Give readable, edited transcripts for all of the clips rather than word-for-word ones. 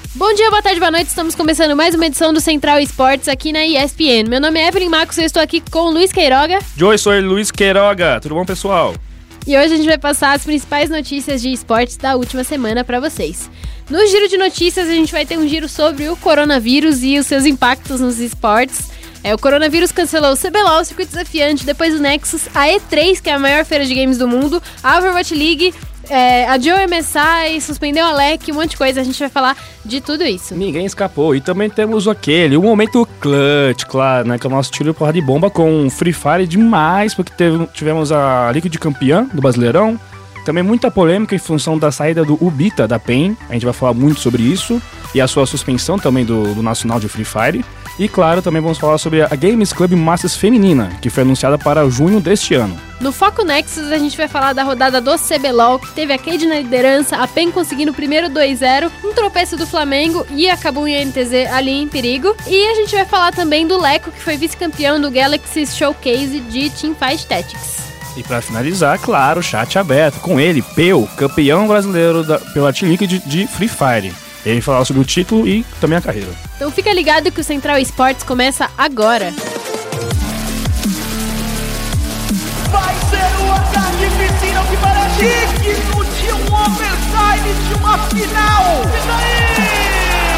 Bom dia, boa tarde, boa noite. Estamos começando mais uma edição do Central Esportes aqui na ESPN. Meu nome é Evelyn Marcos e eu estou aqui com o Luiz Queiroga. Oi, sou o Luiz Queiroga. Tudo bom, pessoal? E hoje a gente vai passar as principais notícias de esportes da última semana para vocês. No giro de notícias, a gente vai ter um giro sobre o coronavírus e os seus impactos nos esportes. O coronavírus cancelou o CBLOL, o circuito desafiante, depois o Nexus, a E3, que é a maior feira de games do mundo, a Overwatch League, adiou o MSI, suspendeu a LEC, um monte de coisa. A gente vai falar de tudo isso. Ninguém escapou. E também temos o momento clutch, claro, né? Que é o nosso tiro de porra de bomba com Free Fire demais, porque tivemos a Liquid campeã do Brasileirão. Também muita polêmica em função da saída do Ubita da PEN. A gente vai falar muito sobre isso. E a sua suspensão também do Nacional de Free Fire. E claro, também vamos falar sobre a Games Club Masters feminina, que foi anunciada para junho deste ano. No Foco Nexus, a gente vai falar da rodada do CBLOL, que teve a Cade na liderança, a PEN conseguindo o primeiro 2-0, um tropeço do Flamengo e a Kabum e a NTZ ali em perigo. E a gente vai falar também do Leco, que foi vice-campeão do Galaxy Showcase de Teamfight Tactics. E para finalizar, claro, chat aberto, com ele, Peu, campeão brasileiro pela Team Liquid de Free Fire. Ele vai falar sobre o título e também a carreira. Então fica ligado que o Central Esportes começa agora. Vai ser um ataque piscina que parece digno de um overtime de uma final. Isso aí!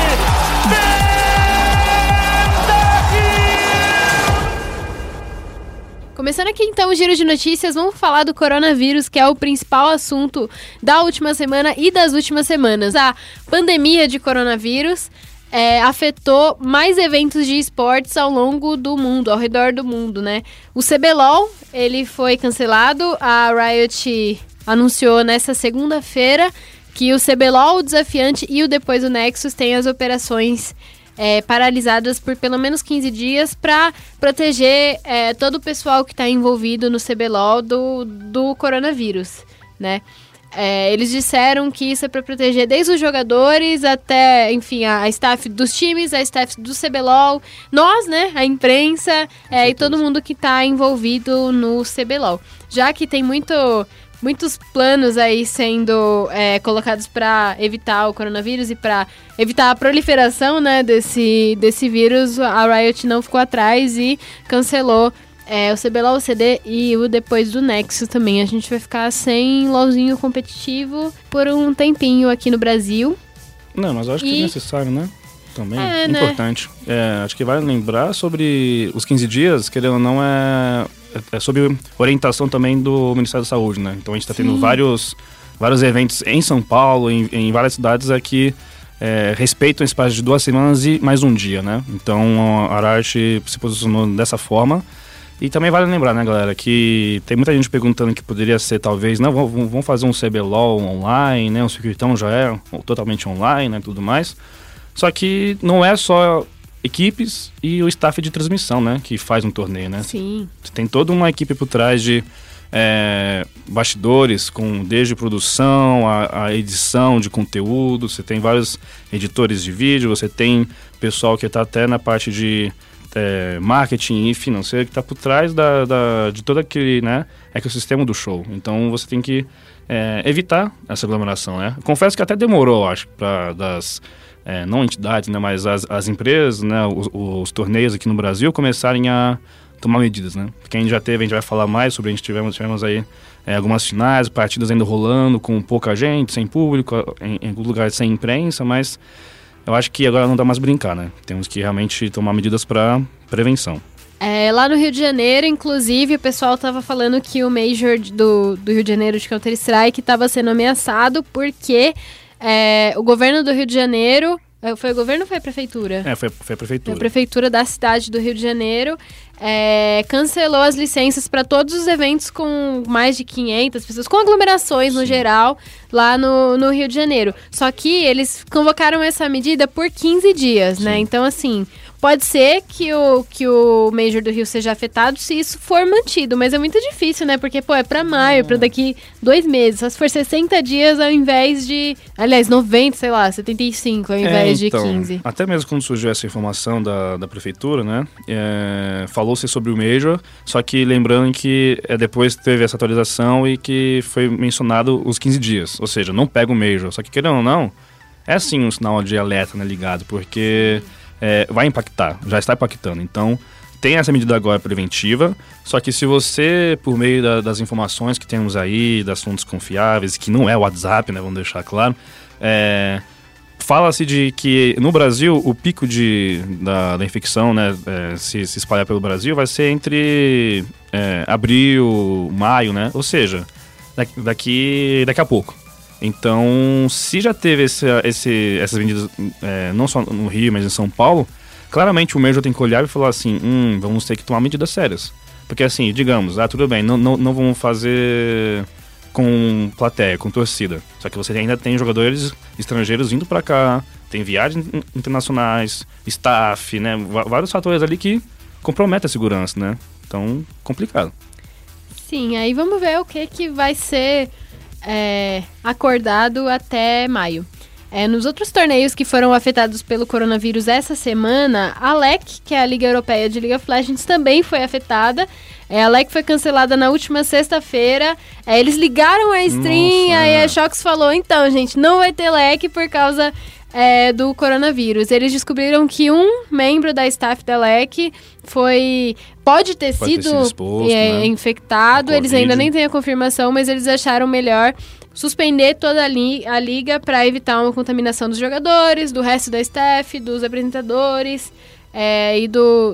Começando aqui então o giro de notícias, vamos falar do coronavírus, que é o principal assunto da última semana e das últimas semanas. A pandemia de coronavírus afetou mais eventos de esportes ao longo do mundo, ao redor do mundo, né? O CBLOL, ele foi cancelado, a Riot anunciou nessa segunda-feira que o CBLOL, o Desafiante e o Depois do Nexus têm as operações paralisadas por pelo menos 15 dias para proteger todo o pessoal que está envolvido no CBLOL do coronavírus, né? Eles disseram que isso é para proteger desde os jogadores até, enfim, a staff dos times, a staff do CBLOL, nós, né, a imprensa e todo mundo que está envolvido no CBLOL. Já que tem muitos planos aí sendo colocados para evitar o coronavírus e para evitar a proliferação, né, desse vírus, a Riot não ficou atrás e cancelou o CBLOL, o CD e o Depois do Nexus também. A gente vai ficar sem LOLzinho competitivo por um tempinho aqui no Brasil. Não, mas eu acho que é necessário, né? Também é importante. Acho que vale lembrar sobre os 15 dias, querendo ou não, é sobre orientação também do Ministério da Saúde, né? Então a gente está tendo vários eventos em São Paulo, em várias cidades aqui, respeitam esse espaço de 2 semanas e mais um dia, né? Então a Riot se posicionou dessa forma. E também vale lembrar, né, galera, que tem muita gente perguntando que poderia ser, talvez, não, vamos fazer um CBLOL online, né? Um circuitão já é totalmente online, né, tudo mais. Só que não é só equipes e o staff de transmissão, né, que faz um torneio, né? Sim. Você tem toda uma equipe por trás de bastidores, desde produção, a edição de conteúdo, você tem vários editores de vídeo, você tem pessoal que está até na parte de marketing e financeiro que está por trás de todo aquele, né, ecossistema do show. Então você tem que evitar essa aglomeração, né? Confesso que até demorou, acho, das não entidades, né, mas as empresas, né, os torneios aqui no Brasil começarem a tomar medidas, né? Porque a gente vai falar mais sobre, tivemos aí algumas finais, partidas ainda rolando com pouca gente, sem público, em alguns lugares sem imprensa, mas eu acho que agora não dá mais brincar, né? Temos que realmente tomar medidas para prevenção. Lá no Rio de Janeiro, inclusive, o pessoal estava falando que o Major do Rio de Janeiro de Counter-Strike estava sendo ameaçado porque o governo do Rio de Janeiro... Foi o governo ou foi a prefeitura? Foi a prefeitura. Foi a prefeitura da cidade do Rio de Janeiro. Cancelou as licenças para todos os eventos com mais de 500 pessoas, com aglomerações no geral, lá no Rio de Janeiro. Só que eles convocaram essa medida por 15 dias, né? Então, assim, pode ser que o Major do Rio seja afetado se isso for mantido, mas é muito difícil, né? Porque, é pra maio, pra daqui 2 meses. Só se for 60 dias ao invés de... Aliás, 90, sei lá, 75 ao invés de 15. Até mesmo quando surgiu essa informação da prefeitura, né? Falou-se sobre o Major, só que lembrando que depois teve essa atualização e que foi mencionado os 15 dias. Ou seja, não pega o Major. Só que, querendo ou não, é sim um sinal de alerta, né, ligado, porque vai impactar, já está impactando. Então, tem essa medida agora preventiva, só que se você, por meio das informações que temos aí, das fontes confiáveis, que não é o WhatsApp, né, vamos deixar claro, fala-se de que no Brasil o pico da infecção, né, se espalhar pelo Brasil vai ser entre abril, maio, né, ou seja, daqui a pouco. Então, se já teve essas medidas, não só no Rio, mas em São Paulo, claramente o meio já tem que olhar e falar assim, vamos ter que tomar medidas sérias. Porque assim, digamos, tudo bem, não vamos fazer com plateia, com torcida. Só que você ainda tem jogadores estrangeiros vindo pra cá, tem viagens internacionais, staff, né? Vários fatores ali que comprometem a segurança, né? Então, complicado. Sim, aí vamos ver o que vai ser acordado até maio. Nos outros torneios que foram afetados pelo coronavírus essa semana, a LEC, que é a Liga Europeia de League of Legends, também foi afetada. A LEC foi cancelada na última sexta-feira. Eles ligaram a stream, aí a Shox falou, então, gente, não vai ter LEC por causa do coronavírus. Eles descobriram que um membro da staff da LEC pode ter sido exposto, né? infectado. Eles ainda nem têm a confirmação, mas eles acharam melhor suspender toda a liga para evitar uma contaminação dos jogadores, do resto da staff, dos apresentadores e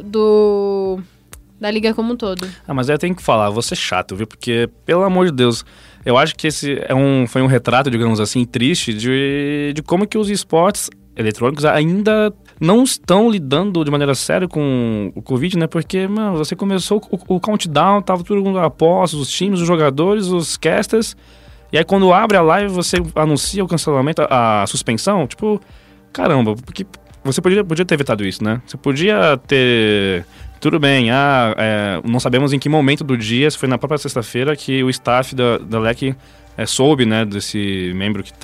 da liga como um todo. Mas aí eu tenho que falar, vou ser chato, viu? Porque, pelo amor de Deus, eu acho que esse foi um retrato, digamos assim, triste de como que os esportes eletrônicos ainda não estão lidando de maneira séria com o Covid, né? Porque, você começou o countdown, tava todo mundo após, os times, os jogadores, os casters. E aí quando abre a live, você anuncia o cancelamento, a suspensão, tipo, caramba, porque você podia ter evitado isso, né? Você podia ter... Tudo bem, não sabemos em que momento do dia, se foi na própria sexta-feira, que o staff da LEC soube, né, desse membro que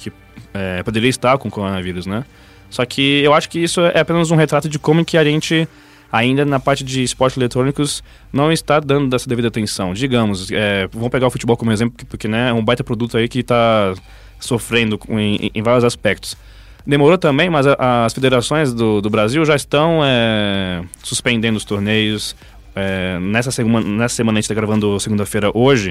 poderia estar com o coronavírus, né? Só que eu acho que isso é apenas um retrato de como que a gente... ainda na parte de esportes eletrônicos, não está dando essa devida atenção. Digamos, vamos pegar o futebol como exemplo, porque né, é um baita produto aí que está sofrendo em vários aspectos. Demorou também, mas as federações do Brasil já estão suspendendo os torneios. Nessa semana a gente está gravando segunda-feira hoje,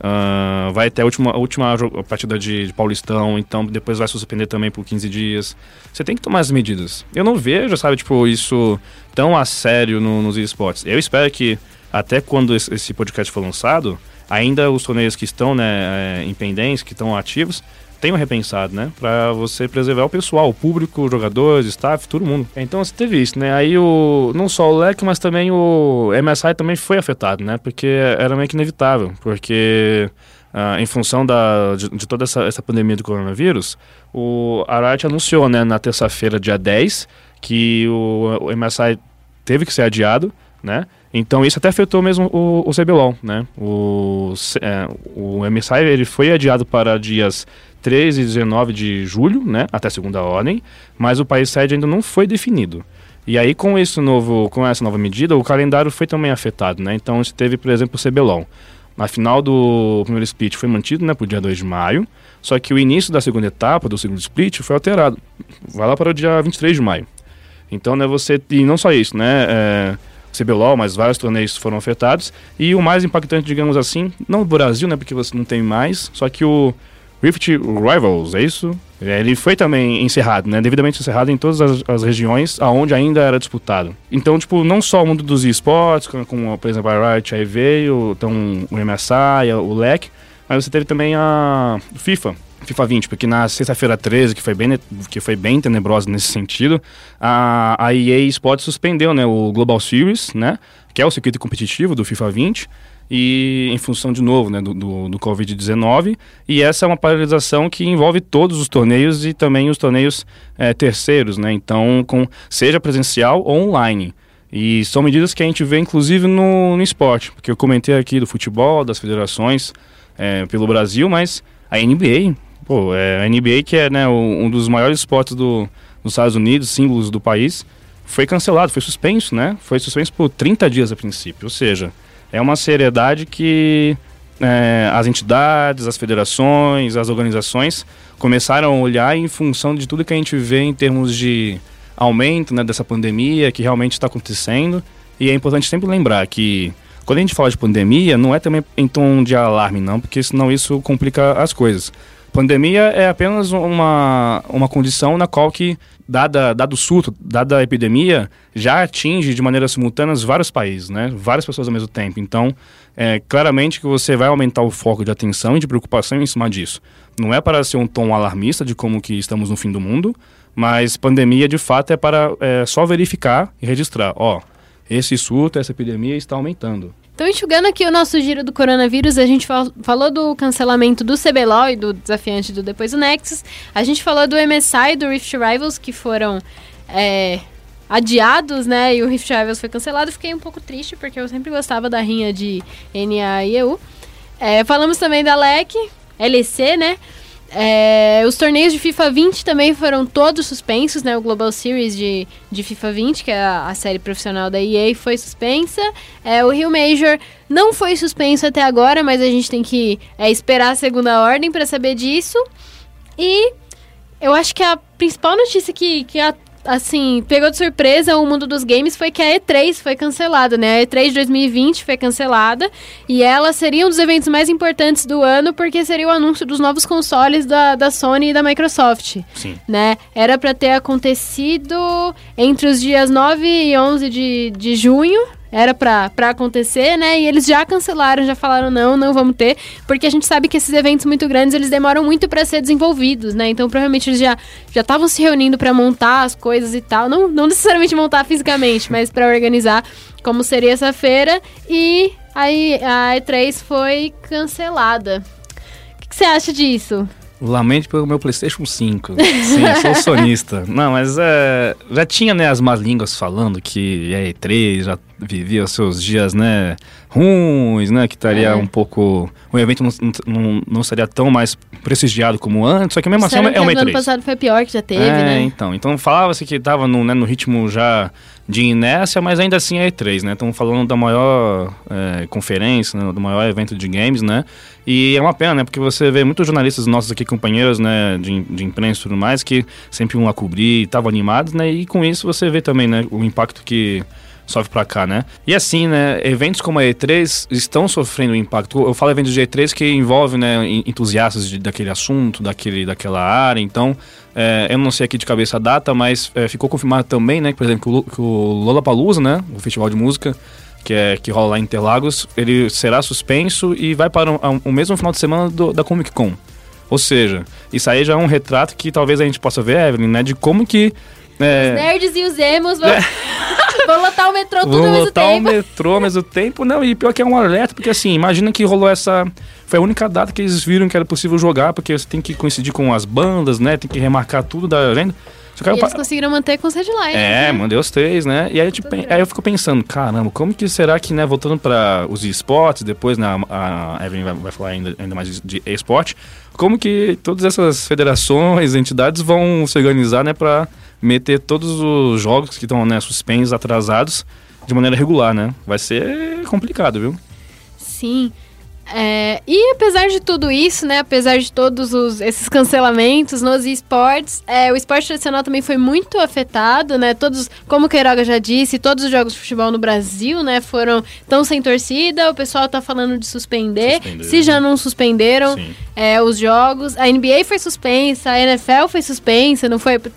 vai ter a última partida de Paulistão, então depois vai suspender também por 15 dias. Você tem que tomar as medidas. Eu não vejo, sabe, isso tão a sério nos esportes. Eu espero que até quando esse podcast for lançado, ainda os torneios que estão em pendência, que estão ativos, tenham repensado, né? Pra você preservar o pessoal, o público, os jogadores, staff, todo mundo. Então você teve isso, né? Aí não só o LEC, mas também o MSI também foi afetado, né? Porque era meio que inevitável, porque em função de toda essa pandemia do coronavírus, a Riot anunciou, né, na terça-feira, dia 10, que o MSI teve que ser adiado, né? Então isso até afetou mesmo o CBLOL, né? O MSI ele foi adiado para dias 13 e 19 de julho, né? Até segunda ordem, mas o país sede ainda não foi definido. E aí com essa nova medida, o calendário foi também afetado, né? Então você teve, por exemplo, o CBLOL. A final do primeiro split foi mantido, né, para o dia 2 de maio, só que o início da segunda etapa, do segundo split, foi alterado. Vai lá para o dia 23 de maio. Então, né, e não só isso, né, CBLOL, mas vários torneios foram afetados. E o mais impactante, digamos assim, não no Brasil, né, porque você não tem mais, só que o Rift Rivals, é isso? Ele foi também encerrado, né, devidamente encerrado em todas as regiões onde ainda era disputado. Então, tipo, não só o mundo dos esportes, como por exemplo, a Riot aí veio, então o MSI, o LEC, mas você teve também a FIFA 20, porque na sexta-feira 13, que foi bem tenebrosa nesse sentido, a EA Sports suspendeu, né, o Global Series, né, que é o circuito competitivo do FIFA 20, e em função, de novo, né, do Covid-19, e essa é uma paralisação que envolve todos os torneios e também os torneios terceiros, né, então seja presencial ou online. E são medidas que a gente vê inclusive no esporte, porque eu comentei aqui do futebol, das federações pelo Brasil, mas a NBA, a NBA que é, né, um dos maiores esportes dos Estados Unidos, símbolos do país, foi cancelado, foi suspenso, né? Foi suspenso por 30 dias a princípio, ou seja, é uma seriedade que as entidades, as federações, as organizações começaram a olhar em função de tudo que a gente vê em termos de aumento, né, dessa pandemia que realmente está acontecendo. E é importante sempre lembrar que quando a gente fala de pandemia, não é também em tom de alarme, não, porque senão isso complica as coisas. Pandemia é apenas uma condição na qual que, dado o surto, dada a epidemia, já atinge de maneira simultânea vários países, né? Várias pessoas ao mesmo tempo. Então, claramente que você vai aumentar o foco de atenção e de preocupação em cima disso. Não é para ser um tom alarmista de como que estamos no fim do mundo, mas pandemia, de fato, é para só verificar e registrar. Esse surto, essa epidemia está aumentando. Então, enxugando aqui o nosso giro do coronavírus, a gente falou do cancelamento do CBLOL e do desafiante do Depois do Nexus. A gente falou do MSI e do Rift Rivals, que foram adiados, né? E o Rift Rivals foi cancelado. Fiquei um pouco triste, porque eu sempre gostava da rinha de NA e EU. Falamos também da LEC, né? Os torneios de FIFA 20 também foram todos suspensos, né? O Global Series de FIFA 20, que é a série profissional da EA, foi suspensa. O Rio Major não foi suspenso até agora, mas a gente tem que esperar a segunda ordem para saber disso. E eu acho que a principal notícia que assim, pegou de surpresa o mundo dos games foi que a E3 foi cancelada, né? A E3 de 2020 foi cancelada e ela seria um dos eventos mais importantes do ano porque seria o anúncio dos novos consoles da Sony e da Microsoft. Sim. Né? Era para ter acontecido entre os dias 9 e 11 de junho. Era pra acontecer, né? E eles já cancelaram, já falaram não vamos ter, porque a gente sabe que esses eventos muito grandes, eles demoram muito pra ser desenvolvidos, né? Então, provavelmente, eles já estavam se reunindo pra montar as coisas e tal. Não necessariamente montar fisicamente, mas pra organizar como seria essa feira. E aí a E3 foi cancelada. O que você acha disso? Lamente pelo meu PlayStation 5. Sim, eu sou sonista. Não, mas já tinha, né, as más línguas falando que a E3 já vivia os seus dias, né, ruins, né, que estaria um pouco... O evento não seria tão mais prestigiado como antes, só que mesmo assim é uma E3. O ano passado foi pior que já teve, né? Então falava-se que estava no ritmo já de inércia, mas ainda assim é E3, né? Estamos falando da maior conferência, né, do maior evento de games, né? E é uma pena, né? Porque você vê muitos jornalistas nossos aqui, companheiros, né, de imprensa e tudo mais, que sempre iam a cobrir, estavam animados, né? E com isso você vê também, né, o impacto que sofre pra cá, né? E assim, né, eventos como a E3 estão sofrendo impacto. Eu falo eventos de E3 que envolvem, né, entusiastas daquele assunto, daquela área. Então, eu não sei aqui de cabeça a data, mas ficou confirmado também, né, que, por exemplo, que o Lollapalooza, né, o festival de música, que rola lá em Interlagos, ele será suspenso e vai para o mesmo final de semana da Comic Con. Ou seja, isso aí já é um retrato que talvez a gente possa ver, Evelyn, né, de como que... Os nerds e os emos vão lotar o metrô tudo ao mesmo tempo. Vão lotar o metrô ao mesmo tempo. Não, e pior que é um alerta, porque assim, imagina que rolou foi a única data que eles viram que era possível jogar, porque você tem que coincidir com as bandas, né? Tem que remarcar tudo da agenda. E eles conseguiram manter com os headlines. né? Mandei os 3, né? E aí, aí eu fico pensando, caramba, como que será que, né, voltando para os esportes, depois, né, a Evelyn vai falar ainda mais de esporte, como que todas essas federações, entidades vão se organizar, né, para meter todos os jogos que estão, né, suspensos, atrasados, de maneira regular, né? Vai ser complicado, viu? Sim. E apesar de tudo isso, né, apesar de todos esses cancelamentos nos esportes, o esporte tradicional também foi muito afetado, né, como o Queiroga já disse, todos os jogos de futebol no Brasil, né, estão sem torcida, o pessoal tá falando de suspender, se já não suspenderam os jogos, a NBA foi suspensa, a NFL foi suspensa, não foi,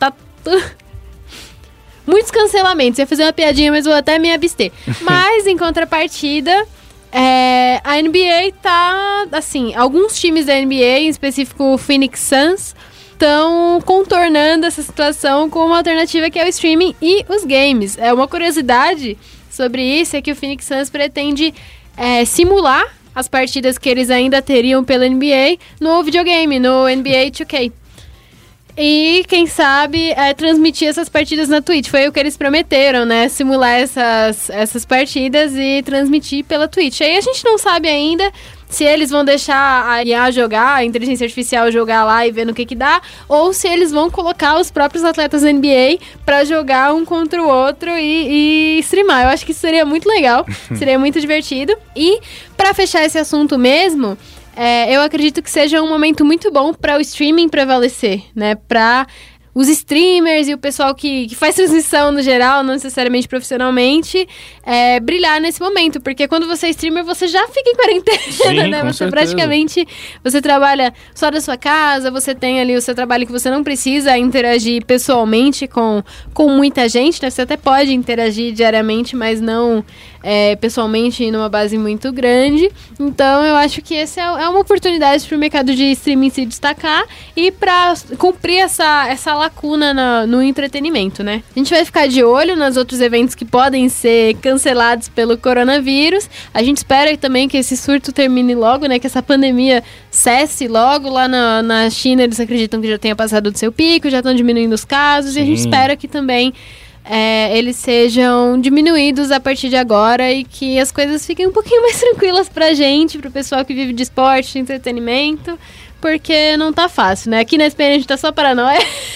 muitos cancelamentos, ia fazer uma piadinha, mas vou até me abster, mas em contrapartida... a NBA tá, assim, alguns times da NBA, em específico o Phoenix Suns, estão contornando essa situação com uma alternativa que é o streaming e os games. Uma curiosidade sobre isso é que o Phoenix Suns pretende simular as partidas que eles ainda teriam pela NBA no videogame, no NBA 2K. E, quem sabe, transmitir essas partidas na Twitch. Foi o que eles prometeram, né? Simular essas partidas e transmitir pela Twitch. Aí a gente não sabe ainda se eles vão deixar a IA jogar, a inteligência artificial jogar lá e ver no que dá, ou se eles vão colocar os próprios atletas da NBA pra jogar um contra o outro e streamar. Eu acho que isso seria muito legal, seria muito divertido. E pra fechar esse assunto mesmo, eu acredito que seja um momento muito bom para o streaming prevalecer, né? Para os streamers e o pessoal que faz transmissão no geral, não necessariamente profissionalmente, brilhar nesse momento. Porque quando você é streamer, você já fica em quarentena, sim, né? Você certeza. praticamente, você trabalha só da sua casa, você tem ali o seu trabalho que você não precisa interagir pessoalmente com muita gente, né? Você até pode interagir diariamente, mas não pessoalmente numa base muito grande. Então, eu acho que essa é uma oportunidade para o mercado de streaming se destacar e para cumprir essa lacuna no entretenimento, né? A gente vai ficar de olho nos outros eventos que podem ser cancelados pelo coronavírus. A gente espera também que esse surto termine logo, né? Que essa pandemia cesse logo. Lá na China, eles acreditam que já tenha passado do seu pico, já estão diminuindo os casos. Sim. E a gente espera que também eles sejam diminuídos a partir de agora e que as coisas fiquem um pouquinho mais tranquilas pra gente, pro pessoal que vive de esporte, de entretenimento, porque não tá fácil, né? Aqui na Espanha a gente tá só paranoia.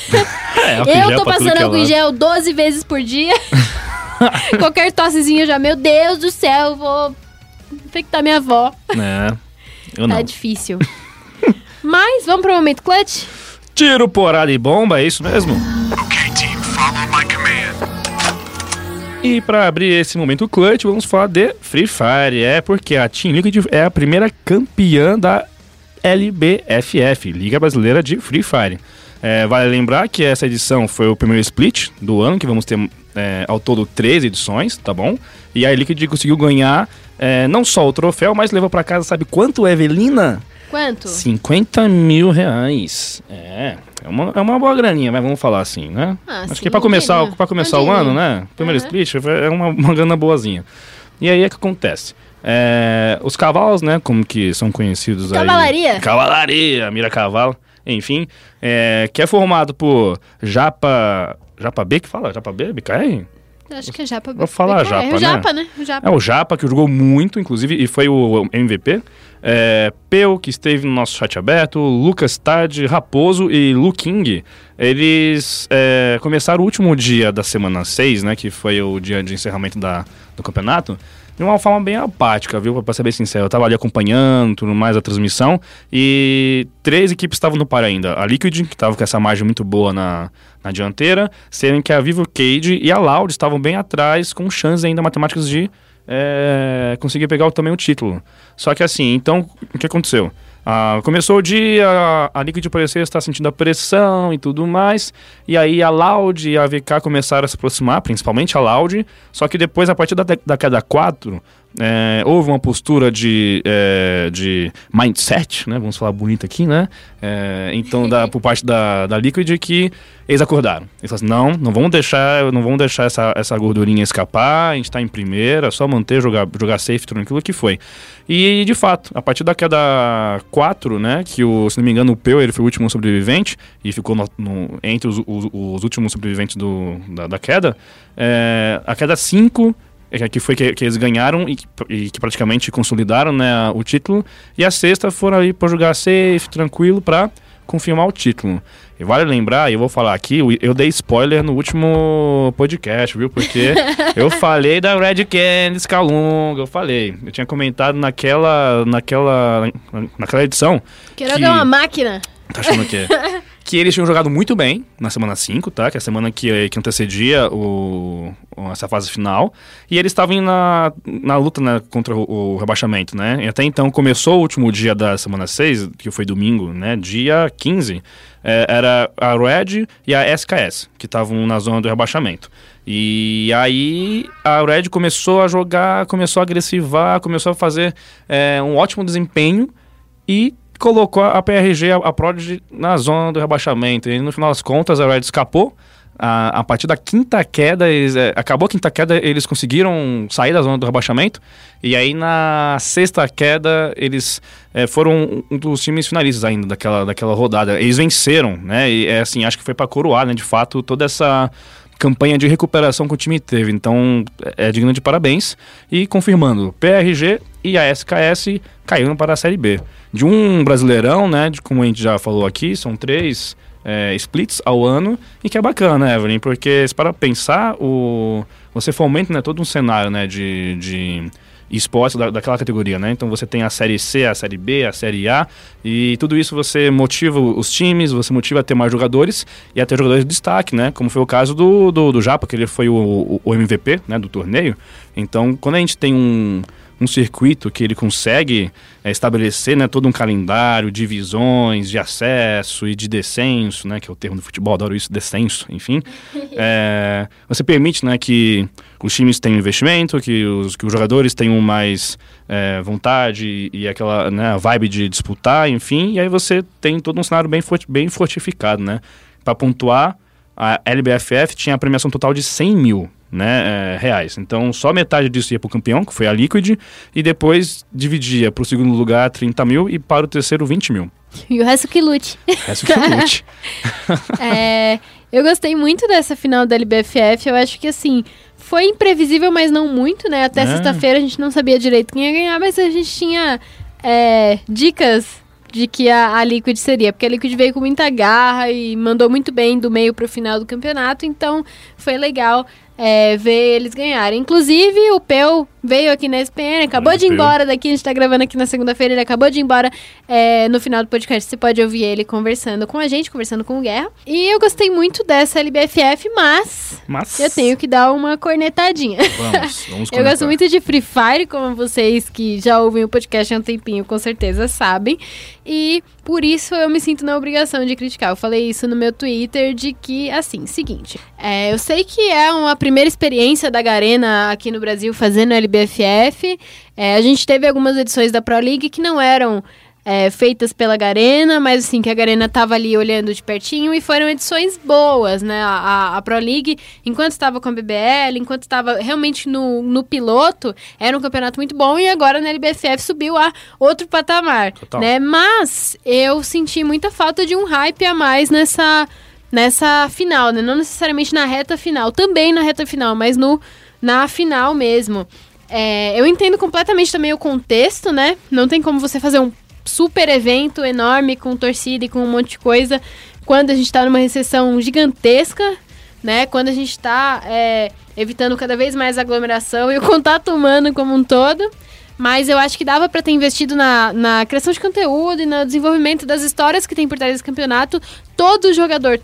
Eu tô passando álcool em gel 12 vezes por dia. Qualquer tossezinha já, meu Deus do céu, eu vou infectar minha avó. Eu não. Tá difícil. Mas, vamos pro momento clutch? Tiro, porrada e bomba, é isso mesmo? Okay, team, follow my command. E pra abrir esse momento clutch, vamos falar de Free Fire. Porque a Team Liquid é a primeira campeã da LBFF, Liga Brasileira de Free Fire. Vale lembrar que essa edição foi o primeiro split do ano, que vamos ter ao todo 13 edições, tá bom? E a Liquid conseguiu ganhar não só o troféu, mas levou pra casa, sabe quanto, Evelina? Quanto? 50 mil reais. É uma boa graninha, mas vamos falar assim, né? Acho que pra começar o ano, né? Primeiro split é uma grana boazinha. E aí é que acontece. Os cavalos, né? Como que são conhecidos Cavalaria. aí. Cavalaria, mira cavalo. Enfim, que é formado por Japa B, que fala? Japa B? BKR? Acho que é Japa. Vou falar Japa, né? O Japa, né? O Japa, que jogou muito, inclusive, e foi o MVP. Peu, que esteve no nosso chat aberto, Lucas Tad, Raposo e Lu King. Eles começaram o último dia da semana 6, né? Que foi o dia de encerramento do campeonato. De uma forma bem apática, viu? Pra ser bem sincero, eu tava ali acompanhando tudo mais a transmissão e 3 equipes estavam no par ainda. A Liquid, que tava com essa margem muito boa na dianteira, sendo que a Vivo Cage e a Loud estavam bem atrás, com chances ainda matemáticas de conseguir pegar também o título. Só que assim, então, o que aconteceu? Começou o dia, a Liquid parecia estar sentindo a pressão e tudo mais, e aí a Loud e a VK começaram a se aproximar, principalmente a Loud, só que depois, a partir da queda 4, houve uma postura de mindset, né? Vamos falar bonito aqui, né? Então, por parte da Liquid, que eles acordaram. Eles falaram assim, não vamos deixar essa gordurinha escapar, a gente tá em primeira, só manter, jogar safe, tudo aquilo que foi. E, de fato, a partir da queda 4, né? Que, se não me engano, o Peu, ele foi o último sobrevivente, e ficou entre os últimos sobreviventes da queda. A queda 5... que foi que eles ganharam e que praticamente consolidaram, né, o título. E a sexta foram ali para jogar safe, tranquilo, para confirmar o título. E vale lembrar, e eu vou falar aqui, eu dei spoiler no último podcast, viu? Porque eu falei da Red Canids Calunga, eu tinha comentado naquela edição. Quero uma máquina. Tá achando que que eles tinham jogado muito bem na semana 5, tá? Que é a semana que antecedia essa fase final. E eles estavam na luta, né, contra o rebaixamento, né? E até então começou o último dia da semana 6, que foi domingo, né? Dia 15. Era a Red e a SKS, que estavam na zona do rebaixamento. E aí a Red começou a jogar, começou a agressivar, começou a fazer um ótimo desempenho e colocou a PRG, a Prodigy, na zona do rebaixamento. E no final das contas, a Red escapou. A partir da quinta queda, acabou a quinta queda, eles conseguiram sair da zona do rebaixamento. E aí, na sexta queda, eles foram um dos times finalistas ainda daquela rodada. Eles venceram, né? E assim, acho que foi para coroar, né? De fato, toda essa campanha de recuperação que o time teve. Então, é digno de parabéns. E confirmando, PRG e a SKS caindo para a Série B. De um Brasileirão, né, como a gente já falou aqui, são 3 splits ao ano, e que é bacana, né, Evelyn? Porque, se para pensar, você fomenta, né, todo um cenário, né, de esportes daquela categoria, né? Então você tem a Série C, a Série B, a Série A, e tudo isso você motiva os times, você motiva a ter mais jogadores e a ter jogadores de destaque, né? Como foi o caso do Japa, que ele foi o MVP, né, do torneio. Então, quando a gente tem um circuito que ele consegue estabelecer, né, todo um calendário, divisões de acesso e de descenso, né, que é o termo do futebol, adoro isso, descenso, enfim. Você permite, né, que os times tenham investimento, que os jogadores tenham mais vontade e aquela, né, vibe de disputar, enfim, e aí você tem todo um cenário bem fortificado, né. Para pontuar, a LBFF tinha a premiação total de 100 mil, né, reais. Então, só metade disso ia para o campeão, que foi a Liquid, e depois dividia para o segundo lugar 30 mil e para o terceiro 20 mil. E o resto que lute. Eu gostei muito dessa final da LBFF. Eu acho que, assim, foi imprevisível, mas não muito, né? Até sexta-feira a gente não sabia direito quem ia ganhar, mas a gente tinha dicas de que a Liquid seria, porque a Liquid veio com muita garra e mandou muito bem do meio para o final do campeonato, então foi legal ver eles ganharem. Inclusive, o Peu veio aqui na SPN, acabou de ir embora daqui, a gente tá gravando aqui na segunda-feira, ele acabou de ir embora. No final do podcast você pode ouvir ele conversando com a gente, conversando com o Guerra. E eu gostei muito dessa LBFF, mas eu tenho que dar uma cornetadinha. Vamos cornetar. Eu gosto muito de Free Fire, como vocês que já ouvem o podcast há um tempinho, com certeza sabem. E por isso eu me sinto na obrigação de criticar. Eu falei isso no meu Twitter, de que, assim, seguinte, eu sei que é uma primeira experiência da Garena aqui no Brasil fazendo LBFF. A gente teve algumas edições da Pro League que não eram feitas pela Garena, mas assim, que a Garena estava ali olhando de pertinho, e foram edições boas, né? A Pro League, enquanto estava com a BBL, enquanto estava realmente no piloto, era um campeonato muito bom, e agora na LBFF subiu a outro patamar, né? Mas eu senti muita falta de um hype a mais nessa final, né? Não necessariamente na reta final, também na reta final, mas na final mesmo. Eu entendo completamente também o contexto, né? Não tem como você fazer um super evento enorme com torcida e com um monte de coisa quando a gente tá numa recessão gigantesca, né? Quando a gente tá evitando cada vez mais a aglomeração e o contato humano como um todo. Mas eu acho que dava para ter investido na criação de conteúdo e no desenvolvimento das histórias que tem por trás desse campeonato. Todo jogador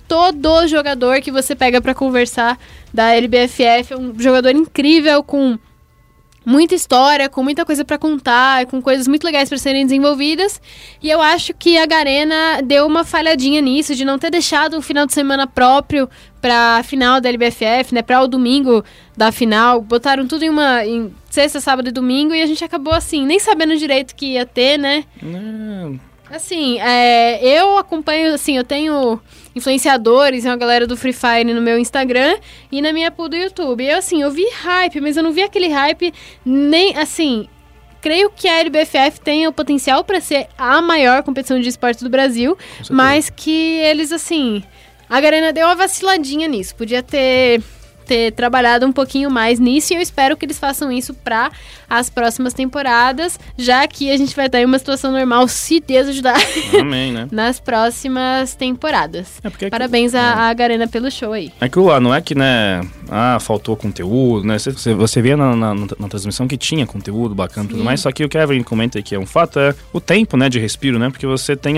que você pega para conversar da LBFF é um jogador incrível, com muita história, com muita coisa para contar, com coisas muito legais para serem desenvolvidas. E eu acho que a Garena deu uma falhadinha nisso, de não ter deixado um final de semana próprio para a final da LBFF, né, para o domingo da final. Botaram tudo em sexta, sábado e domingo, e a gente acabou assim, nem sabendo direito que ia ter, né? Não. Assim, eu acompanho, assim, eu tenho influenciadores, uma galera do Free Fire no meu Instagram e na minha pool do YouTube. Eu vi hype, mas eu não vi aquele hype nem, assim... Creio que a LBFF tem o potencial para ser a maior competição de esporte do Brasil, mas que eles, assim... A Garena deu uma vaciladinha nisso, podia ter trabalhado um pouquinho mais nisso, e eu espero que eles façam isso para as próximas temporadas, já que a gente vai estar em uma situação normal, se Deus ajudar. Amém, né? Nas próximas temporadas. Parabéns à Garena pelo show aí. Aquilo lá, não é que, né, faltou conteúdo, né? Você via na transmissão que tinha conteúdo bacana e tudo mais, só que o que a Evelyn comenta aí que é um fato é o tempo, né, de respiro, né? Porque você tem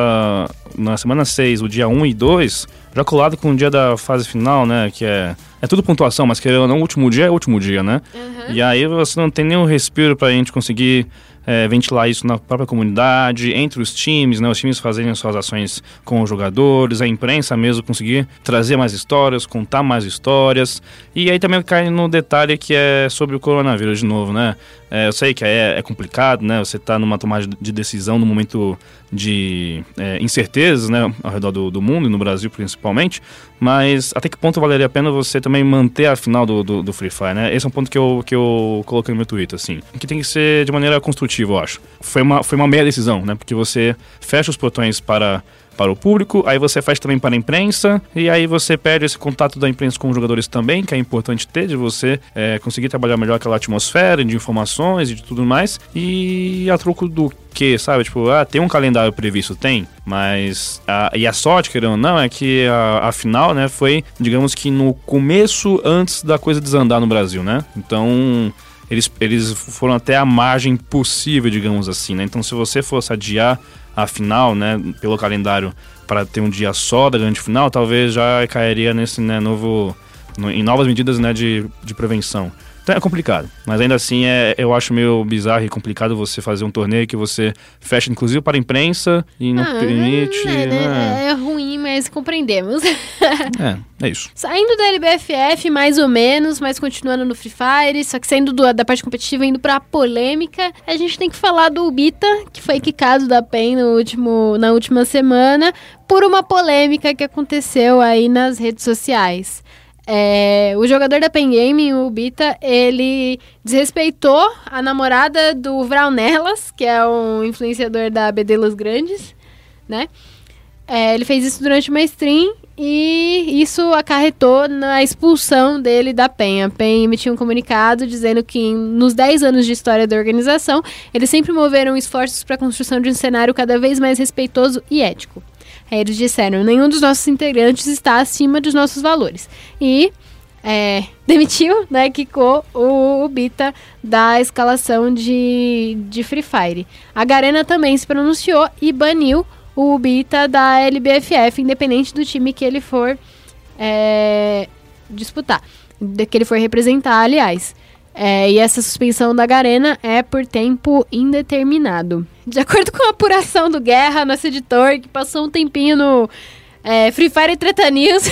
na semana 6, o dia 1 e 2, já colado com o dia da fase final, né, que é tudo pontuação, mas querendo ou não, o último dia é o último dia, né? Uhum. E aí você não tem nenhum respiro pra gente conseguir ventilar isso na própria comunidade, entre os times, né? Os times fazerem suas ações com os jogadores, a imprensa mesmo conseguir trazer mais histórias, contar mais histórias. E aí também cai no detalhe que é sobre o coronavírus de novo, né? Eu sei que é complicado, né? Você tá numa tomada de decisão no momento de incertezas, né? Ao redor do mundo e no Brasil principalmente. Mas até que ponto valeria a pena você também manter a final do Free Fire, né? Esse é um ponto que eu coloquei no meu Twitter, assim. Que tem que ser de maneira construtiva, eu acho. Foi uma meia decisão, né? Porque você fecha os portões para para o público, aí você fecha também para a imprensa, e aí você perde esse contato da imprensa com os jogadores também, que é importante ter, de você conseguir trabalhar melhor aquela atmosfera de informações e de tudo mais, e a troco do que, sabe, tipo, tem um calendário previsto, tem, mas a sorte, querendo ou não, é que a final, né, foi, digamos que no começo antes da coisa desandar no Brasil, né, então eles foram até a margem possível, digamos assim, né, então se você fosse adiar a final, né, pelo calendário para ter um dia só da grande final, talvez já cairia nesse, né, em novas medidas, né, de prevenção. Então é complicado, mas ainda assim eu acho meio bizarro e complicado você fazer um torneio que você fecha inclusive para a imprensa e não permite... É ruim, mas compreendemos. É isso. Saindo da LBFF, mais ou menos, mas continuando no Free Fire, só que saindo da parte competitiva, indo pra polêmica, a gente tem que falar do Ubita, que foi quicado da PEN na última semana, por uma polêmica que aconteceu aí nas redes sociais. O jogador da PEN Gaming, o Ubita, ele desrespeitou a namorada do Vraunelas, que é um influenciador da BD Los Grandes, né? Ele fez isso durante uma stream e isso acarretou na expulsão dele da PEN. A PEN emitiu um comunicado dizendo que nos 10 anos de história da organização, eles sempre moveram esforços para a construção de um cenário cada vez mais respeitoso e ético. Eles disseram, nenhum dos nossos integrantes está acima dos nossos valores. E demitiu, né, quicou o Ubita da escalação de Free Fire. A Garena também se pronunciou e baniu o Ubita da LBFF, independente do time que ele for disputar, que ele for representar, aliás. E essa suspensão da Garena é por tempo indeterminado. De acordo com a apuração do Guerra, nosso editor, que passou um tempinho no Free Fire Treta News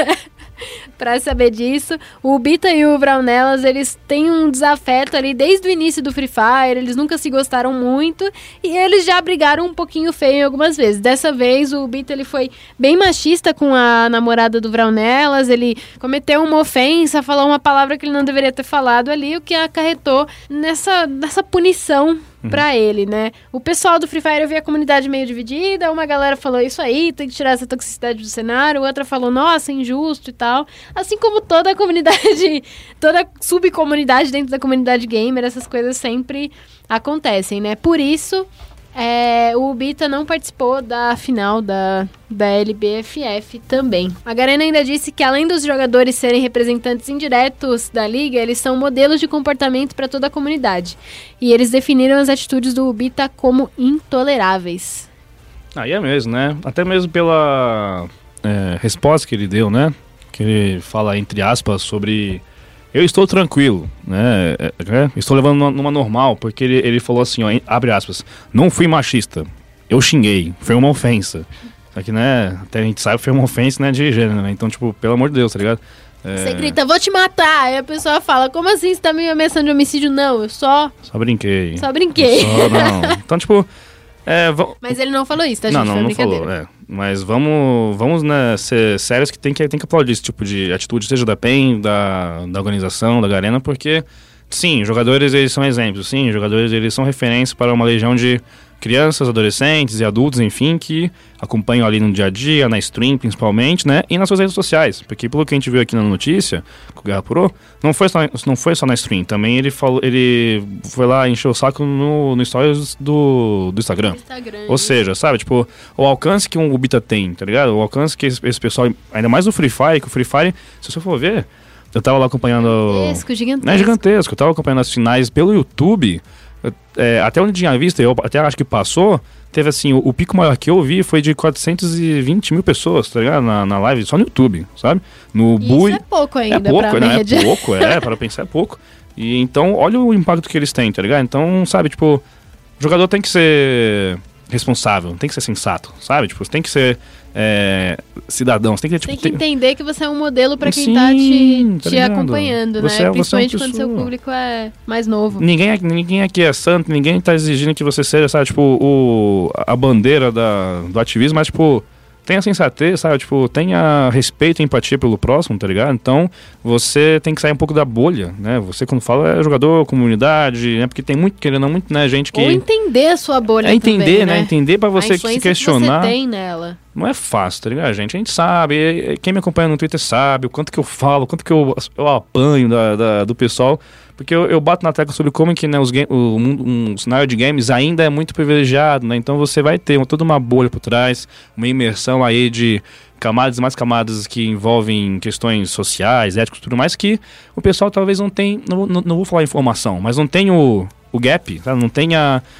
pra saber disso, o Ubita e o Vraunelas, eles têm um desafeto ali desde o início do Free Fire, eles nunca se gostaram muito e eles já brigaram um pouquinho feio algumas vezes. Dessa vez o Ubita, ele foi bem machista com a namorada do Vraunelas, ele cometeu uma ofensa, falou uma palavra que ele não deveria ter falado ali, o que acarretou nessa punição pra ele, né? O pessoal do Free Fire, eu vi a comunidade meio dividida, uma galera falou isso aí, tem que tirar essa toxicidade do cenário, outra falou, nossa, injusto e tal. Assim como toda a comunidade, toda subcomunidade dentro da comunidade gamer, essas coisas sempre acontecem, né? Por isso, o Ubita não participou da final da LBFF também. A Garena ainda disse que além dos jogadores serem representantes indiretos da liga, eles são modelos de comportamento para toda a comunidade. E eles definiram as atitudes do Ubita como intoleráveis. Aí é mesmo, né? Até mesmo pela resposta que ele deu, né? Que ele fala, entre aspas, sobre... Eu estou tranquilo, né? Estou levando numa normal, porque ele falou assim, ó, abre aspas, não fui machista, eu xinguei, foi uma ofensa. Aqui, né, até a gente sabe que foi uma ofensa, né, de gênero, né? Então, tipo, pelo amor de Deus, tá ligado? Você grita, vou te matar, aí a pessoa fala, como assim, você tá me ameaçando de homicídio? Não, eu só brinquei. Só brinquei. Não. Então, tipo... Mas ele não falou isso, tá, gente? Não falou, Mas vamos né, ser sérios que tem que aplaudir esse tipo de atitude, seja da PEN, da organização, da Garena, porque, sim, jogadores eles são exemplos, sim, jogadores eles são referência para uma legião de crianças, adolescentes e adultos, enfim, que acompanham ali no dia a dia, na stream principalmente, né, e nas suas redes sociais, porque pelo que a gente viu aqui na notícia, que o Guerra apurou, não foi só na stream, também ele foi lá encher o saco no stories do Instagram. Ou seja, sabe, tipo, o alcance que um Ubita tem, tá ligado? O alcance que esse pessoal, ainda mais do Free Fire, que o Free Fire, se você for ver, eu tava lá acompanhando... Gigantesco. É gigantesco, eu tava acompanhando as finais pelo YouTube... até onde tinha visto, eu até acho que passou, teve assim, o pico maior que eu vi foi de 420 mil pessoas, tá ligado? Na live, só no YouTube, sabe? Isso é pouco ainda pra média. É pouco, para pensar é pouco. E então, olha o impacto que eles têm, tá ligado? Então, sabe, tipo, o jogador tem que ser responsável, tem que ser sensato, sabe? Tipo, você tem que ser cidadão, você tem que... Tem que entender que você é um modelo pra quem tá te acompanhando, né? Principalmente quando seu público é mais novo. Ninguém aqui é santo, ninguém tá exigindo que você seja, sabe, tipo, a bandeira do ativismo, mas, tipo, tenha sensatez, sabe, tipo, tenha respeito e empatia pelo próximo, tá ligado? Então, você tem que sair um pouco da bolha, né? Você, quando fala, é jogador, comunidade, né? Porque tem muito, querendo ou não, muito, né, gente que... Ou entender a sua bolha entender, também, né? Entender pra você se questionar. Que você tem nela. não é fácil, tá ligado, gente? A gente sabe, quem me acompanha no Twitter sabe o quanto que eu falo, o quanto que eu apanho do pessoal, porque eu bato na tecla sobre como que, né, o cenário de games ainda é muito privilegiado, né? Então você vai ter toda uma bolha por trás, uma imersão aí de camadas e mais camadas que envolvem questões sociais, éticas e tudo mais, que o pessoal talvez não tenha, não vou falar informação, mas não tem o gap, tá? Não tem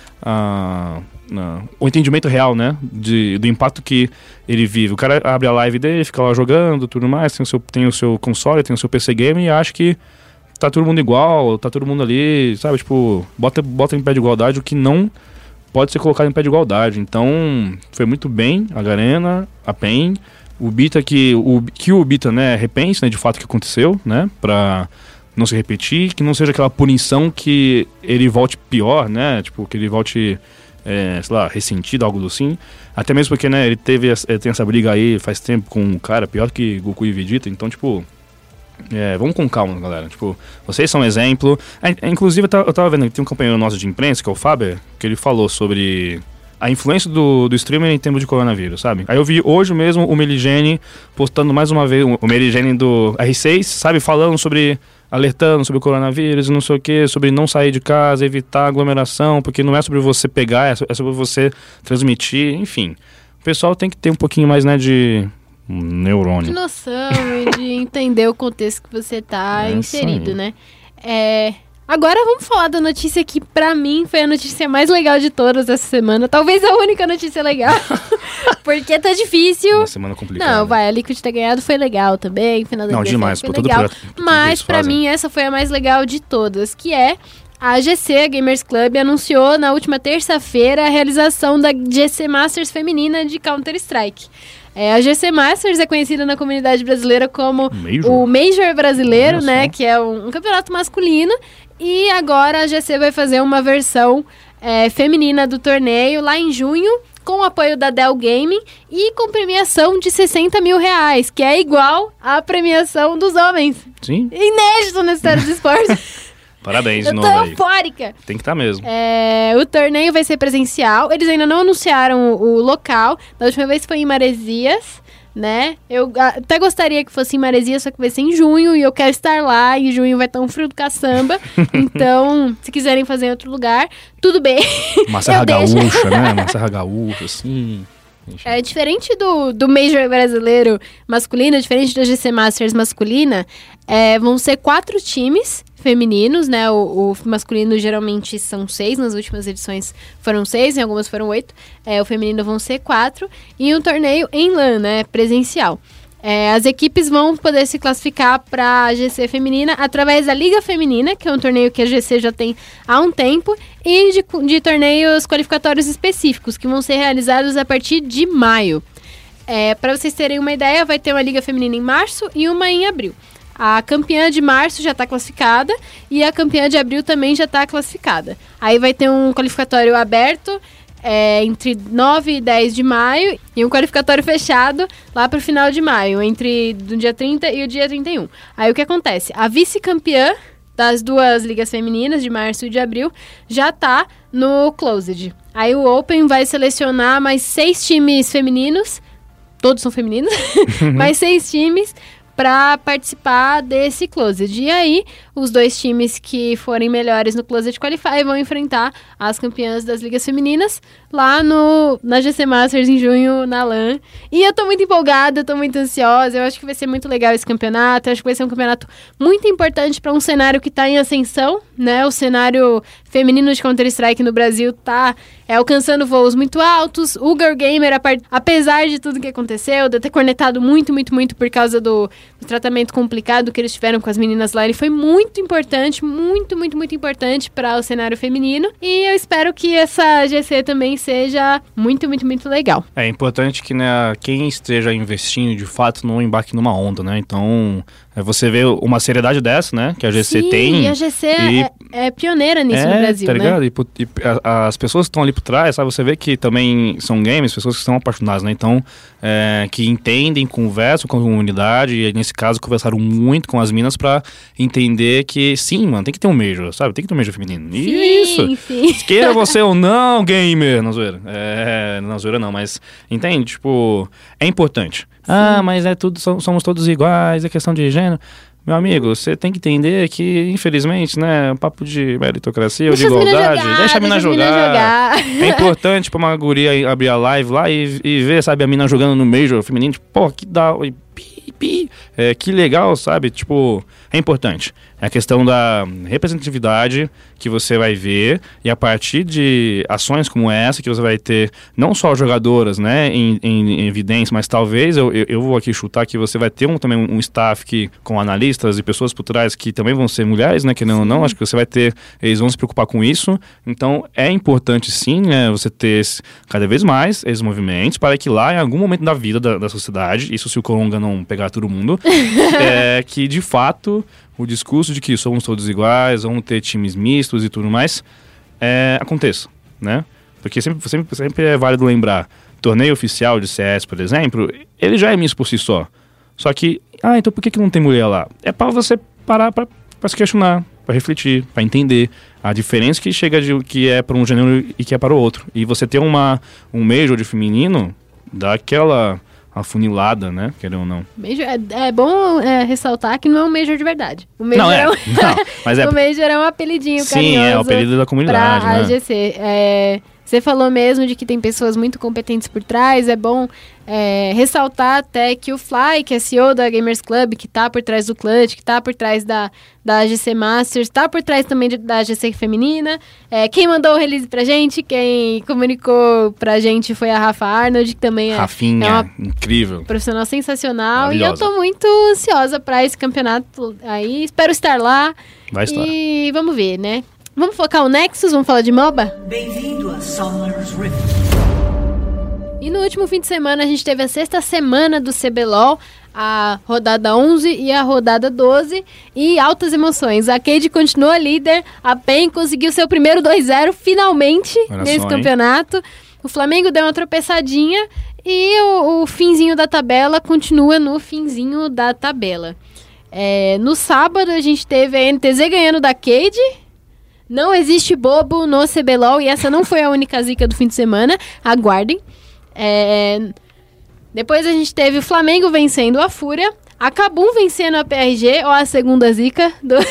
o entendimento real, né, do impacto que ele vive. O cara abre a live dele, fica lá jogando, tudo mais, tem o seu console, tem o seu PC game e acha que tá todo mundo igual, tá todo mundo ali, sabe, tipo, bota em pé de igualdade o que não pode ser colocado em pé de igualdade. Então, foi muito bem a Garena, a PEN, o Bita que o Bita, né, repense, né, de fato o que aconteceu, né, pra não se repetir, que não seja aquela punição que ele volte pior, né, tipo, que ele volte, sei lá, ressentido, algo assim. Até mesmo porque, né, ele tem essa briga aí faz tempo com um cara pior que Goku e Vegeta, então, tipo, vamos com calma, galera. Tipo, vocês são um exemplo. Inclusive, eu tava vendo que tem um companheiro nosso de imprensa, que é o Faber, que ele falou sobre a influência do streamer em termos de coronavírus, sabe? Aí eu vi hoje mesmo o Meligene postando mais uma vez, o Meligene do R6, sabe? Falando sobre, alertando sobre o coronavírus e não sei o que, sobre não sair de casa, evitar aglomeração, porque não é sobre você pegar, é sobre você transmitir, enfim. O pessoal tem que ter um pouquinho mais, né, de neurônio. De noção e de entender o contexto que você tá inserido, sim, né? Agora vamos falar da notícia que pra mim foi a notícia mais legal de todas essa semana. Talvez a única notícia legal. Porque tá difícil. Uma semana complicada. Não, vai, a Liquid ter ganhado foi legal também. Final da demais, foi por tudo legal. tudo Mas pra fazem. mim essa foi a mais legal de todas, que é a GC, a Gamers Club, anunciou na última terça-feira a realização da GC Masters feminina de Counter-Strike. A GC Masters é conhecida na comunidade brasileira como o Major brasileiro, né? Que é um campeonato masculino. E agora a GC vai fazer uma versão feminina do torneio lá em junho, com o apoio da Dell Gaming e com premiação de R$60 mil, que é igual à premiação dos homens. Sim. Inédito na história do esporte. Parabéns, eu de tô novo aí. eufórica. Tem que estar mesmo. O torneio vai ser presencial. Eles ainda não anunciaram o local. Da última vez foi em Maresias, né? Eu até gostaria que fosse em Maresias, só que vai ser em junho. E eu quero estar lá. E junho vai estar um frio do caçamba. Então, se quiserem fazer em outro lugar, tudo bem. Uma serra gaúcha, né? Uma serra gaúcha, assim. Diferente do Major brasileiro masculino, diferente da GC Masters masculina, vão ser 4 times femininos, né? O masculino geralmente são 6, nas últimas edições foram 6, em algumas foram 8. O feminino vão ser 4. E um torneio em LAN, né? Presencial. As equipes vão poder se classificar para a GC feminina através da Liga Feminina, que é um torneio que a GC já tem há um tempo, e de torneios qualificatórios específicos, que vão ser realizados a partir de maio. Para vocês terem uma ideia, vai ter uma Liga Feminina em março e uma em abril. A campeã de março já está classificada e a campeã de abril também já está classificada. Aí vai ter um qualificatório aberto entre 9 e 10 de maio e um qualificatório fechado lá para o final de maio, entre o dia 30 e o dia 31. Aí o que acontece? A vice-campeã das duas ligas femininas, de março e de abril, já tá no Closed. Aí o Open vai selecionar mais 6 times femininos, todos são femininos, mais 6 times para participar desse Closed. E aí, os 2 times que forem melhores no Closed Qualify vão enfrentar as campeãs das ligas femininas lá na GC Masters em junho, na LAN. E eu tô muito empolgada, eu tô muito ansiosa, eu acho que vai ser muito legal esse campeonato, eu acho que vai ser um campeonato muito importante para um cenário que tá em ascensão, né? O cenário feminino de Counter-Strike no Brasil tá alcançando voos muito altos. O Girl Gamer, apesar de tudo que aconteceu, de ter cornetado muito por causa do tratamento complicado que eles tiveram com as meninas lá, ele foi muito importante, muito importante para o cenário feminino. E eu espero que essa GC também seja muito legal. É importante que, né, quem esteja investindo, de fato, não embarque numa onda, né? Então, você vê uma seriedade dessa, né? Que a GC Sim, tem. E a GC é pioneira nisso no Brasil, tá ligado? né? E as pessoas que estão ali por trás, sabe? Você vê que também são gamers, pessoas que estão apaixonadas, né? Então, que entendem, conversam com a comunidade, e nesse caso conversaram muito com as minas pra entender que sim, mano, tem que ter um Major, sabe? Tem que ter um Major feminino. Isso! Sim. Queira você ou não, gamer, na zoeira. Na zoeira não, mas entende? Tipo, é importante. Mas somos todos iguais, é questão de gênero. Meu amigo, você tem que entender que, infelizmente, né, papo de meritocracia ou de igualdade, deixa a mina jogar. É importante pra uma guria abrir a live lá e ver, sabe, a mina jogando no Major feminino, tipo, pô, que da... que legal, sabe? Tipo, é importante. É a questão da representatividade que você vai ver, e a partir de ações como essa, que você vai ter não só jogadoras, né, em evidência, mas talvez, eu vou aqui chutar que você vai ter também um staff com analistas e pessoas por trás que também vão ser mulheres, né, que não, acho que você vai ter, eles vão se preocupar com isso. Então, é importante sim, né, você ter cada vez mais esses movimentos para que lá, em algum momento da vida da sociedade, isso se o Coronga não pegar todo mundo, que de fato o discurso de que somos todos iguais, vamos ter times mistos e tudo mais, aconteça, né? Porque sempre é válido lembrar, torneio oficial de CS, por exemplo, ele já é misto por si só. Só que, então por que não tem mulher lá? É para você parar para se questionar, para refletir, para entender a diferença que chega que é para um gênero e que é para o outro. E você ter um Major de feminino, dá aquela afunilada, né? Querendo ou não. Major, é bom ressaltar que não é um Major de verdade. O Major mas o Major é um apelidinho carinhoso. Sim, é o apelido da comunidade, pra né? AGC. Você falou mesmo de que tem pessoas muito competentes por trás. É bom ressaltar até que o Fly, que é CEO da Gamers Club, que tá por trás do Clutch, que tá por trás da AGC Masters, tá por trás também da AGC feminina. Quem mandou o release pra gente, quem comunicou pra gente foi a Rafa Arnold, que também Rafinha, é uma incrível, profissional sensacional. E eu maravilhosa. tô muito ansiosa pra esse campeonato aí. Espero estar lá. Vai estar. E vamos ver, né? Vamos focar o Nexus? Vamos falar de MOBA? Bem-vindo a Summer's Rift. E no último fim de semana a gente teve a 6ª semana do CBLOL, a rodada 11 e a rodada 12, e altas emoções. A Cade continua líder, a PEN conseguiu seu primeiro 2-0 finalmente nesse campeonato. O Flamengo deu uma tropeçadinha e o finzinho da tabela continua no finzinho da tabela. No sábado a gente teve a NTZ ganhando da Cade. Não existe bobo no CBLOL e essa não foi a única zica do fim de semana. Aguardem. Depois a gente teve o Flamengo vencendo a Fúria, a Kabum vencendo a PRG, ou a segunda zica.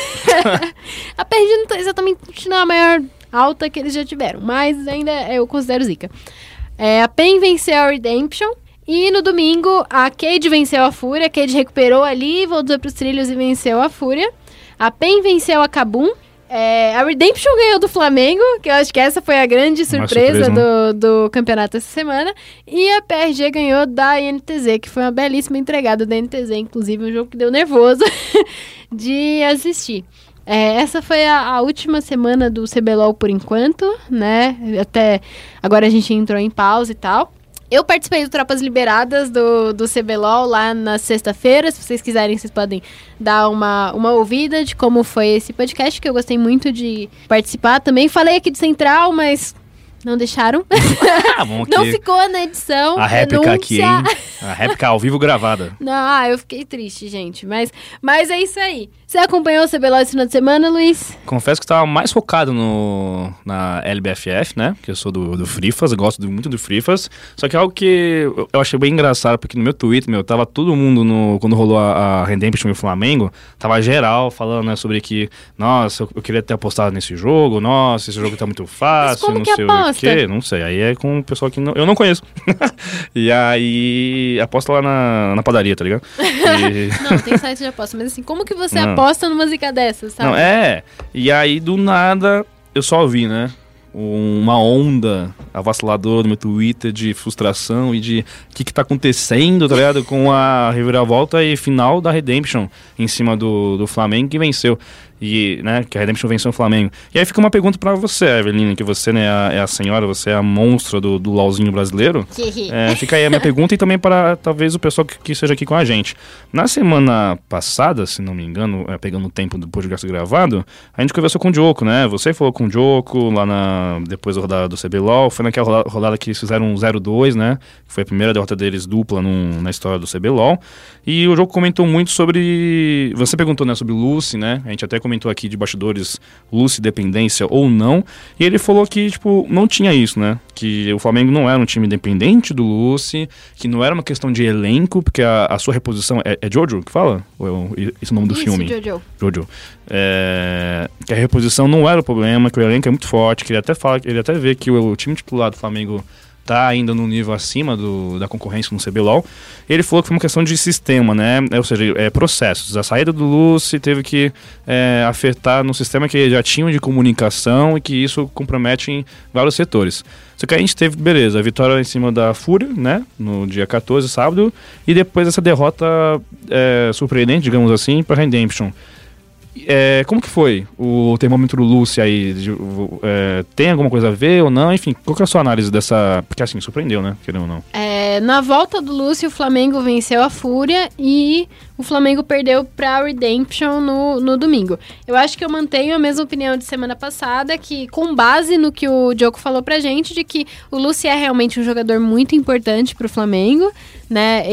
A PRG não tá exatamente na maior alta que eles já tiveram, mas ainda eu considero zica. A PEN venceu a Redemption. E no domingo, a Cade venceu a Fúria. A Cade recuperou ali, voltou para os trilhos e venceu a Fúria. A PEN venceu a Kabum. A Redemption ganhou do Flamengo, que eu acho que essa foi a grande surpresa do campeonato essa semana. E a PRG ganhou da INTZ, que foi uma belíssima entregada da INTZ, inclusive um jogo que deu nervoso de assistir. Essa foi a última semana do CBLOL por enquanto, né? Até agora a gente entrou em pausa e tal. Eu participei do Tropas Liberadas do CBLOL lá na sexta-feira. Se vocês quiserem, vocês podem dar uma ouvida de como foi esse podcast, que eu gostei muito de participar também. Falei aqui de Central, mas não deixaram. Não ficou na edição. A réplica aqui, hein? A réplica ao vivo gravada. Não, eu fiquei triste, gente. Mas é isso aí. Você acompanhou o CBLOL esse final de semana, Luiz? Confesso que estava mais focado na LBFF, né? Que eu sou do Frifas, eu gosto muito do Frifas. Só que é algo que eu achei bem engraçado, porque no meu Twitter, tava todo mundo, quando rolou a Redemption e o Flamengo, tava geral falando, né, sobre que, nossa, eu queria ter apostado nesse jogo, nossa, esse jogo tá muito fácil, como não que sei aposta? o quê. Não sei, aí é com o pessoal que eu não conheço. E aí, aposta lá na padaria, tá ligado? Não, tem site de aposta, mas assim, como que você aposta numa zica dessas, sabe? Não, e aí do nada eu só vi, né, uma onda avassaladora no meu Twitter de frustração e de o que tá acontecendo, tá ligado? Com a reviravolta e final da Redemption em cima do Flamengo, que venceu. e, né, que a Redemption venceu o Flamengo. E aí fica uma pergunta pra você, Eveline, que você, né, é a senhora, você é a monstra do LOLzinho brasileiro. Fica aí a minha pergunta e também para, talvez, o pessoal que esteja aqui com a gente. Na semana passada, se não me engano, pegando o tempo do podcast gravado, a gente conversou com o Diogo, né? Você falou com o Diogo lá depois da rodada do CBLOL, foi naquela rodada que eles fizeram um 0-2, né? Foi a primeira derrota deles dupla na história do CBLOL. E o Diogo comentou muito sobre... Você perguntou, né, sobre o Lucy, né? A gente até comentou aqui de bastidores, Lucy dependência ou não. E ele falou que, tipo, não tinha isso, né? Que o Flamengo não era um time dependente do Lucy, que não era uma questão de elenco, porque a sua reposição... É Jojo que fala? Ou esse é o nome do filme? Jojo. Que a reposição não era o problema, que o elenco é muito forte, que ele até vê que o time titular do Flamengo tá ainda no nível acima da concorrência no CBLOL. Ele falou que foi uma questão de sistema, né? Ou seja, processos. A saída do Lucy teve que afetar no sistema que já tinham de comunicação e que isso compromete em vários setores. Só que a gente teve, beleza, a vitória em cima da Fúria, né? No dia 14, sábado, e depois essa derrota surpreendente, digamos assim, para Redemption. Como que foi o termômetro Lucy aí? Tem alguma coisa a ver ou não? Enfim, qual que é a sua análise dessa... Porque assim, surpreendeu, né? Querendo ou não. Na volta do Lucy, o Flamengo venceu a Fúria e o Flamengo perdeu pra Redemption no domingo. Eu acho que eu mantenho a mesma opinião de semana passada, que com base no que o Diogo falou pra gente, de que o Lucy é realmente um jogador muito importante pro Flamengo, né?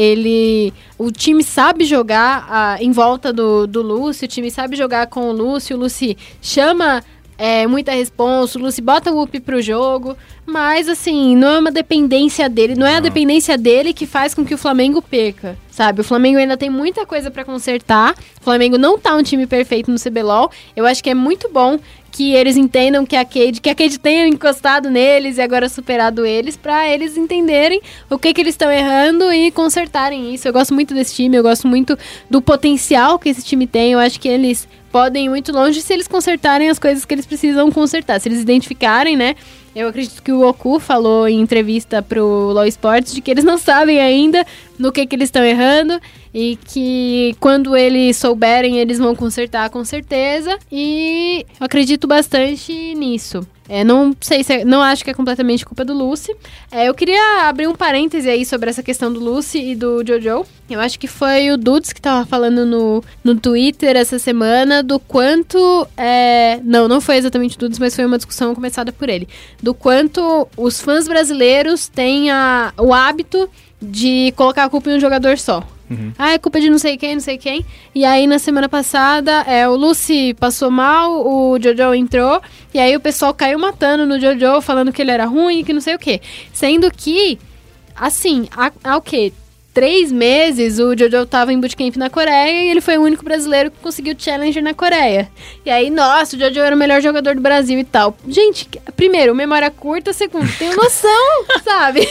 O time sabe jogar em volta do Lucy, o time sabe jogar com o Lucy chama muita responsa, o Lucy bota o up pro jogo, mas assim, não é uma dependência dele, não é a dependência dele que faz com que o Flamengo perca, sabe? O Flamengo ainda tem muita coisa pra consertar, o Flamengo não tá um time perfeito no CBLOL, eu acho que é muito bom que eles entendam que a Cade tenha encostado neles e agora superado eles, pra eles entenderem o que eles estão errando e consertarem isso. Eu gosto muito desse time, eu gosto muito do potencial que esse time tem, eu acho que eles podem ir muito longe se eles consertarem as coisas que eles precisam consertar, se eles identificarem, né? Eu acredito que o Oku falou em entrevista pro LoL Sports de que eles não sabem ainda no que eles estão errando e que quando eles souberem, eles vão consertar com certeza, e eu acredito bastante nisso. Não sei não acho que é completamente culpa do Lucy. Eu queria abrir um parêntese aí sobre essa questão do Lucy e do Jojo. Eu acho que foi o Dudes que tava falando no Twitter essa semana do quanto... Não foi exatamente o Dudes, mas foi uma discussão começada por ele. Do quanto os fãs brasileiros têm o hábito de colocar a culpa em um jogador só. É culpa de não sei quem. E aí, na semana passada, o Lucy passou mal, o Jojo entrou, e aí o pessoal caiu matando no Jojo, falando que ele era ruim e que não sei o quê. Sendo que, assim, há o quê? 3 meses, o Jojo tava em bootcamp na Coreia e ele foi o único brasileiro que conseguiu Challenger na Coreia. E aí, nossa, o Jojo era o melhor jogador do Brasil e tal. Gente, primeiro, memória curta, segundo, tenho noção, sabe?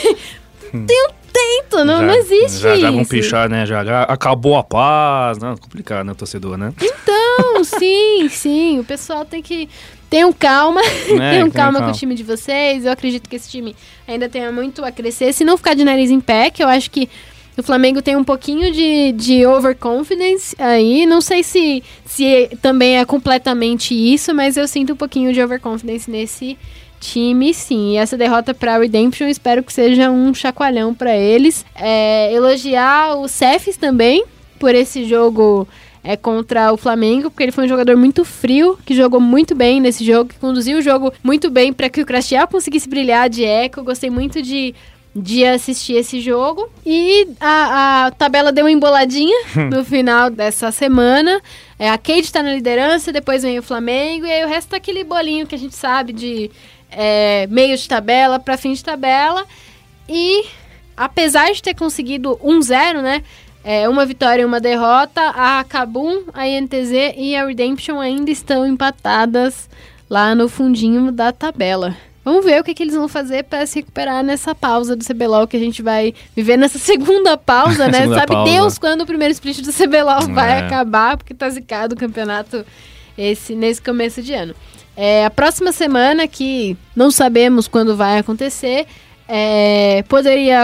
Não existe isso. Já vão pichar, né? Já acabou a paz. Não, complicado, né? O torcedor, né? Então, sim. O pessoal tem que... Tenham calma. Tenham calma com o time de vocês. Eu acredito que esse time ainda tenha muito a crescer. Se não ficar de nariz em pé, que eu acho que o Flamengo tem um pouquinho de overconfidence aí. Não sei se também é completamente isso, mas eu sinto um pouquinho de overconfidence nesse time, sim. E essa derrota pra Redemption, espero que seja um chacoalhão pra eles. Elogiar o Cefes também por esse jogo contra o Flamengo, porque ele foi um jogador muito frio, que jogou muito bem nesse jogo, que conduziu o jogo muito bem para que o Crashel conseguisse brilhar de eco. Eu gostei muito de assistir esse jogo. E a tabela deu uma emboladinha no final dessa semana. A Cade tá na liderança, depois vem o Flamengo, e aí o resto tá aquele bolinho que a gente sabe de meio de tabela para fim de tabela. E apesar de ter conseguido 1-0, né? Uma vitória e uma derrota, a Kabum, a INTZ e a Redemption ainda estão empatadas lá no fundinho da tabela. Vamos ver o que eles vão fazer para se recuperar nessa pausa do CBLOL que a gente vai viver nessa segunda pausa, né? Sabe Deus quando o primeiro split do CBLOL vai acabar, porque tá zicado o campeonato nesse começo de ano. A próxima semana, que não sabemos quando vai acontecer,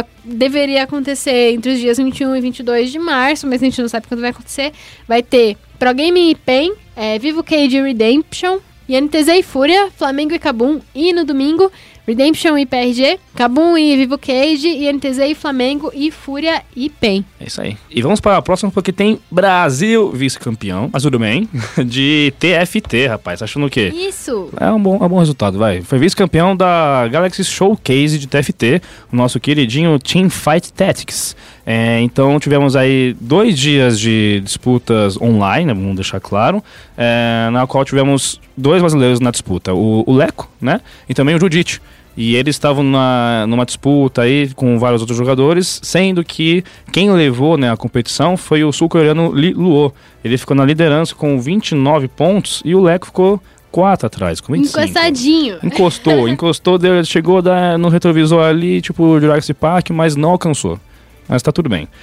deveria acontecer entre os dias 21 e 22 de março, mas a gente não sabe quando vai acontecer. Vai ter Pro Game e PEN, Vivo Cage e Redemption, INTZ e Fúria, Flamengo e KaBuM. E no domingo, Redemption e PRG, KaBuM e Vivo Cage, INTZ e Flamengo e Fúria e PEN. É isso aí. E vamos para a próxima, porque tem Brasil vice-campeão, mas tudo bem, de TFT, rapaz. Achando o quê? Isso! É um bom resultado, vai. Foi vice-campeão da Galaxy Showcase de TFT, o nosso queridinho Teamfight Tactics. Então tivemos aí 2 dias de disputas online, vamos deixar claro, na qual tivemos 2 brasileiros na disputa, o Leco, né, e também o Judite. E eles estavam numa disputa aí com vários outros jogadores, sendo que quem levou, né, a competição foi o sul-coreano Lee Luo. Ele ficou na liderança com 29 pontos e o Leco ficou 4 atrás, com 25. Encostadinho. Encostou, chegou no retrovisor ali, tipo Jurassic Park, mas não alcançou. Mas tá tudo bem.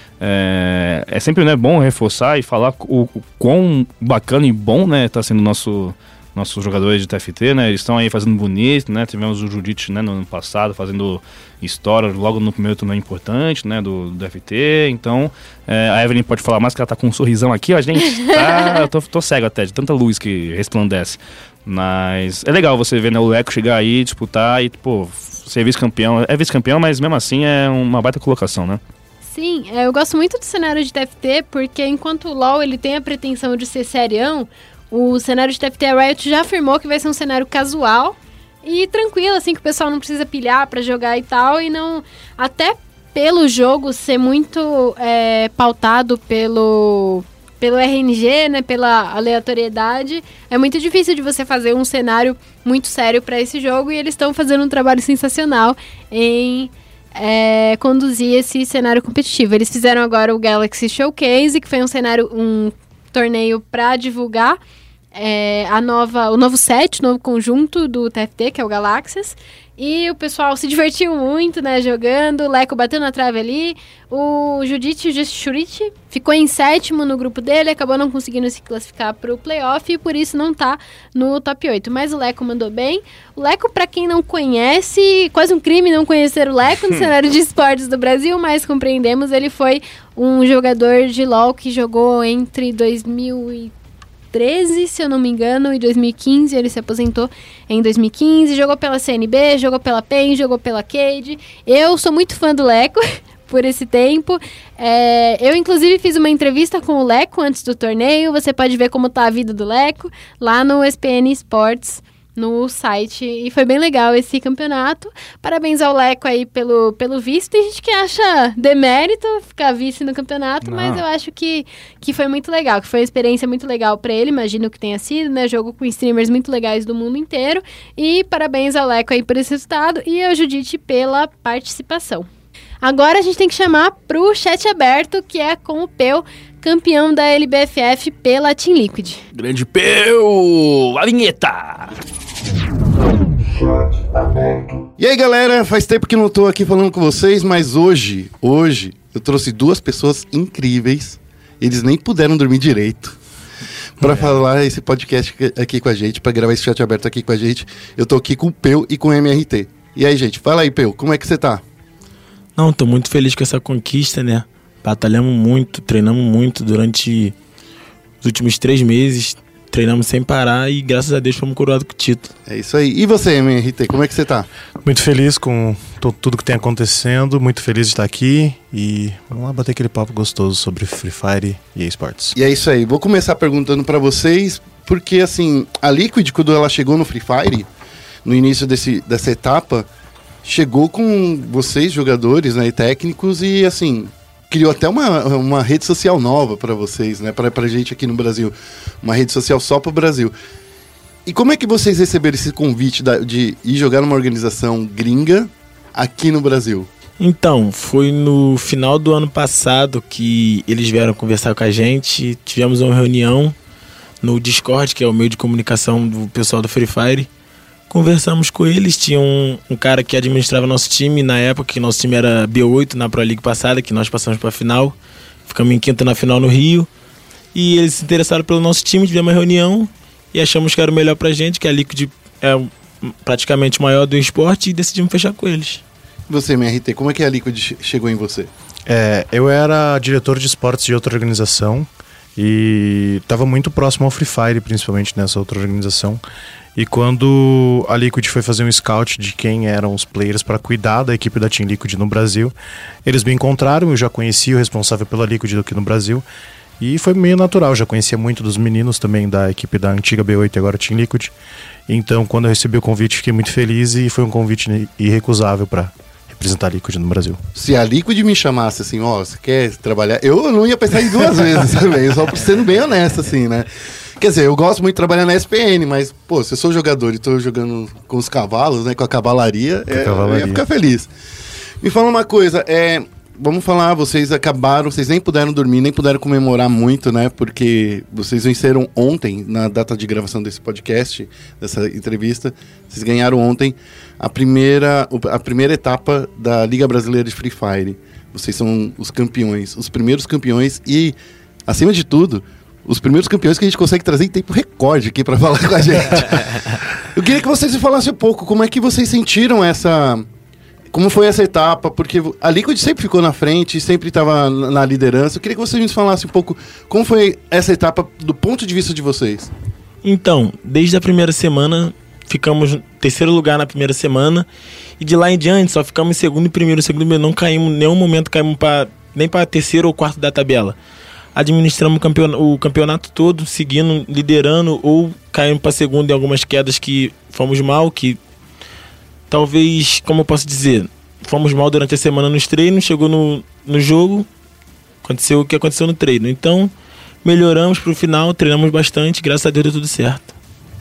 É sempre, né, bom reforçar e falar o quão bacana e bom, né, tá sendo nossos jogadores de TFT, né? Eles estão aí fazendo bonito, né? Tivemos o Judite, né, no ano passado, fazendo história logo no primeiro torneio importante, né, do TFT. Então, a Evelyn pode falar mais que ela tá com um sorrisão aqui, ó, gente. Tá, eu tô cego até, de tanta luz que resplandece. Mas é legal você ver, né, o Leco chegar aí, disputar e, pô, ser vice-campeão. É vice-campeão, mas mesmo assim é uma baita colocação, né? Sim, eu gosto muito do cenário de TFT, porque enquanto o LoL ele tem a pretensão de ser serião, o cenário de TFT, a Riot já afirmou que vai ser um cenário casual e tranquilo, assim, que o pessoal não precisa pilhar pra jogar e tal, e não... Até pelo jogo ser muito pautado pelo RNG, né, pela aleatoriedade, é muito difícil de você fazer um cenário muito sério pra esse jogo, e eles estão fazendo um trabalho sensacional em conduzir esse cenário competitivo. Eles fizeram agora o Galaxy Showcase, que foi um torneio pra divulgar o novo set, o novo conjunto do TFT, que é o Galaxias. E o pessoal se divertiu muito, né, jogando. O Leco bateu na trave ali. O Judite, o Shurichi, ficou em 7º no grupo dele, acabou não conseguindo se classificar pro playoff e por isso não tá no top 8. Mas o Leco mandou bem. O Leco, pra quem não conhece, quase um crime não conhecer o Leco no cenário de esportes do Brasil, mas compreendemos, ele foi um jogador de LoL que jogou entre 2013, se eu não me engano, e 2015, ele se aposentou em 2015, jogou pela CNB, jogou pela PEN, jogou pela Cade. Eu sou muito fã do Leco por esse tempo. Eu, inclusive, fiz uma entrevista com o Leco antes do torneio. Você pode ver como tá a vida do Leco lá no ESPN Sports, no site, e foi bem legal esse campeonato. Parabéns ao Leco aí pelo vice. Tem gente que acha demérito ficar vice no campeonato, mas eu acho que foi muito legal, que foi uma experiência muito legal pra ele, imagino que tenha sido, né, jogo com streamers muito legais do mundo inteiro, e parabéns ao Leco aí por esse resultado e ao Judite pela participação. Agora a gente tem que chamar pro chat aberto, que é com o Peu, campeão da LBFF pela Team Liquid. Grande Peu! A vinheta! E aí, galera, faz tempo que não tô aqui falando com vocês, mas hoje eu trouxe 2 pessoas incríveis. Eles nem puderam dormir direito pra falar esse podcast aqui com a gente, pra gravar esse chat aberto aqui com a gente. Eu tô aqui com o Peu e com o MRT. E aí, gente, fala aí, Peu, como é que você tá? Não, tô muito feliz com essa conquista, né? Batalhamos muito, treinamos muito durante os últimos 3 meses. Treinamos sem parar e, graças a Deus, fomos coroados com o título. É isso aí. E você, MRT, como é que você tá? Muito feliz com tudo que tem acontecendo, muito feliz de estar aqui e vamos lá bater aquele papo gostoso sobre Free Fire e esportes. E é isso aí. Vou começar perguntando pra vocês, porque, assim, a Liquid, quando ela chegou no Free Fire, no início dessa etapa, chegou com vocês, jogadores, né, e técnicos, e, assim, criou até uma rede social nova para vocês, né? Pra gente aqui no Brasil. Uma rede social só pro Brasil. E como é que vocês receberam esse convite de ir jogar numa organização gringa aqui no Brasil? Então, foi no final do ano passado que eles vieram conversar com a gente. Tivemos uma reunião no Discord, que é o meio de comunicação do pessoal do Free Fire. Conversamos com eles, tinha um cara que administrava nosso time na época, que nosso time era B8 na Pro League passada, que nós passamos para a final. Ficamos em 5º na final no Rio. E eles se interessaram pelo nosso time, tivemos uma reunião e achamos que era o melhor pra gente, que a Liquid é praticamente o maior do esporte, e decidimos fechar com eles. Você, MRT, como é que a Liquid chegou em você? Eu era diretor de esportes de outra organização, E estava muito próximo ao Free Fire, principalmente nessa outra organização. E quando a Liquid foi fazer um scout de quem eram os players para cuidar da equipe da Team Liquid no Brasil, eles me encontraram, eu já conhecia o responsável pela Liquid aqui no Brasil, e foi meio natural, já conhecia muito dos meninos também da equipe da antiga B8 e agora Team Liquid. Então, quando eu recebi o convite, fiquei muito feliz e foi um convite irrecusável para representar a Liquid no Brasil. Se a Liquid me chamasse assim, você quer trabalhar? Eu não ia pensar em duas vezes também, só por sendo bem honesto, assim, né? Quer dizer, eu gosto muito de trabalhar na SPN, mas, se eu sou jogador e tô jogando com os cavalos, né, com a cavalaria, eu ia ficar feliz. Me fala uma coisa, vamos falar, vocês nem puderam dormir, nem puderam comemorar muito, né, porque vocês venceram ontem, na data de gravação desse podcast, dessa entrevista, vocês ganharam ontem a primeira etapa da Liga Brasileira de Free Fire. Vocês são os campeões, os primeiros campeões e, acima de tudo, os primeiros campeões que a gente consegue trazer em tempo recorde aqui para falar com a gente. Eu queria que vocês me falassem um pouco como é que vocês sentiram como foi essa etapa, porque a Liquid sempre ficou na frente, sempre estava na liderança. Eu queria que vocês me falassem um pouco como foi essa etapa do ponto de vista de vocês. Então, desde a primeira semana, ficamos em terceiro lugar na primeira semana, e de lá em diante só ficamos em segundo e primeiro. Não caímos, em nenhum momento caímos nem para terceiro ou quarto da tabela. Administramos o campeonato todo, seguindo, liderando, ou caindo para segundo em algumas quedas que fomos mal, que talvez, como eu posso dizer, fomos mal durante a semana nos treinos, chegou no jogo, aconteceu o que aconteceu no treino. Então, melhoramos pro final, treinamos bastante, graças a Deus deu tudo certo.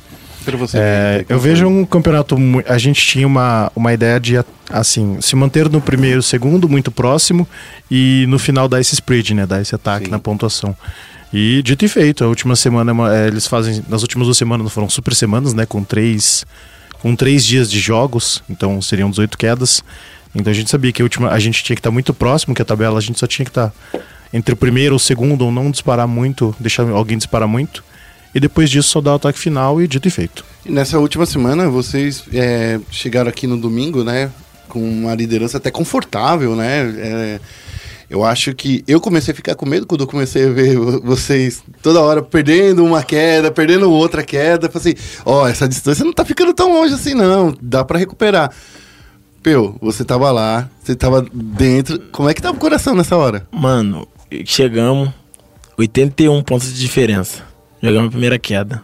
Eu vejo um campeonato, a gente tinha uma ideia de assim, se manter no primeiro, segundo, muito próximo, e no final dar esse spread, né, dar esse ataque na pontuação. E dito e feito, a última semana eles fazem, nas últimas 2 semanas foram super semanas, né, com 3 dias de jogos, então seriam 18 quedas. Então a gente sabia que a gente tinha que estar muito próximo, que a tabela a gente só tinha que estar entre o primeiro ou o segundo, ou não disparar muito, deixar alguém disparar muito. E depois disso só dar o ataque final e dito e feito. E nessa última semana vocês chegaram aqui no domingo, né, com uma liderança até confortável, né? Eu acho que eu comecei a ficar com medo quando eu comecei a ver vocês toda hora perdendo uma queda, perdendo outra queda. Falei assim, essa distância não tá ficando tão longe assim não, dá pra recuperar. Você tava lá, você tava dentro, como é que tava o coração nessa hora? Mano, chegamos, 81 pontos de diferença. Jogamos a primeira queda.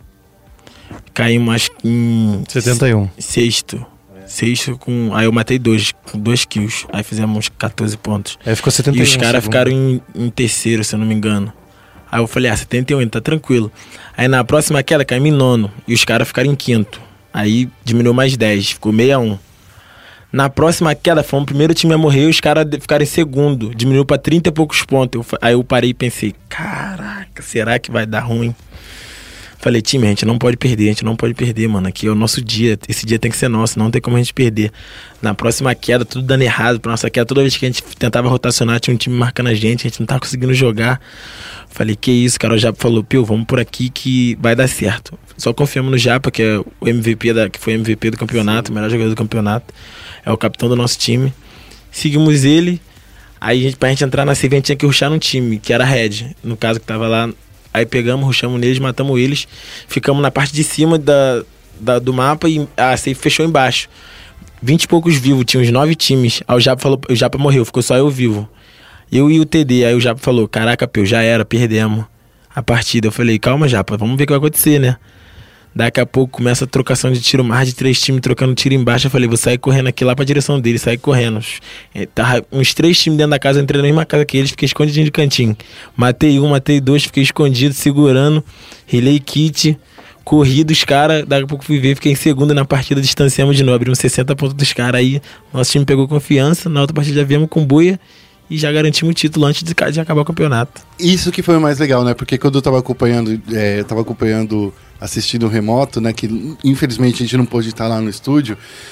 Caímos acho que em 71. Sexto com... Aí eu matei 2 kills. Aí fizemos 14 pontos. Aí ficou 71. E os caras ficaram em terceiro, se eu não me engano. Aí eu falei, 71, tá tranquilo. Aí na próxima queda caímos em 9º. E os caras ficaram em 5º. Aí diminuiu mais 10, ficou 61. Na próxima queda, fomos o primeiro time a morrer e os caras ficaram em segundo. Diminuiu pra 30 e poucos pontos. Aí eu parei e pensei, caraca, será que vai dar ruim? Falei, time, a gente não pode perder, mano. Aqui é o nosso dia, esse dia tem que ser nosso, não tem como a gente perder. Na próxima queda, tudo dando errado pra nossa queda. Toda vez que a gente tentava rotacionar, tinha um time marcando a gente não tava conseguindo jogar. Falei, que isso, cara, o Japa falou, vamos por aqui que vai dar certo. Só confiamos no Japa, que é o MVP, que foi MVP do campeonato, o melhor jogador do campeonato. É o capitão do nosso time. Seguimos ele, aí pra gente entrar na CV, a gente tinha que rushar num time, que era Red, no caso que tava lá. Aí pegamos, rushamos neles, matamos eles. Ficamos na parte de cima do mapa e a safe fechou embaixo. 20 e poucos vivos, tinha uns 9 times. Aí o Japa morreu, ficou só eu vivo. Eu e o TD. Aí o Japa falou, caraca, já era, perdemos a partida. Eu falei, calma, Japa, vamos ver o que vai acontecer, né? Daqui a pouco começa a trocação de tiro, mais de 3 times trocando tiro embaixo. Eu falei, vou sair correndo aqui lá pra direção deles, sair correndo. Tava uns 3 times dentro da casa, eu entrei na mesma casa que eles, fiquei escondidinho de cantinho. Matei 1, matei 2, fiquei escondido, segurando, relay kit, corri dos caras. Daqui a pouco fui ver, fiquei em segundo na partida, distanciamos de novo, abrimos 60 pontos dos caras. Aí nosso time pegou confiança, na outra partida já viemos com boia e já garantimos o título antes de acabar o campeonato. Isso que foi o mais legal, né? Porque quando eu tava acompanhando, assistindo o remoto, né? Que infelizmente a gente não pôde estar lá no estúdio,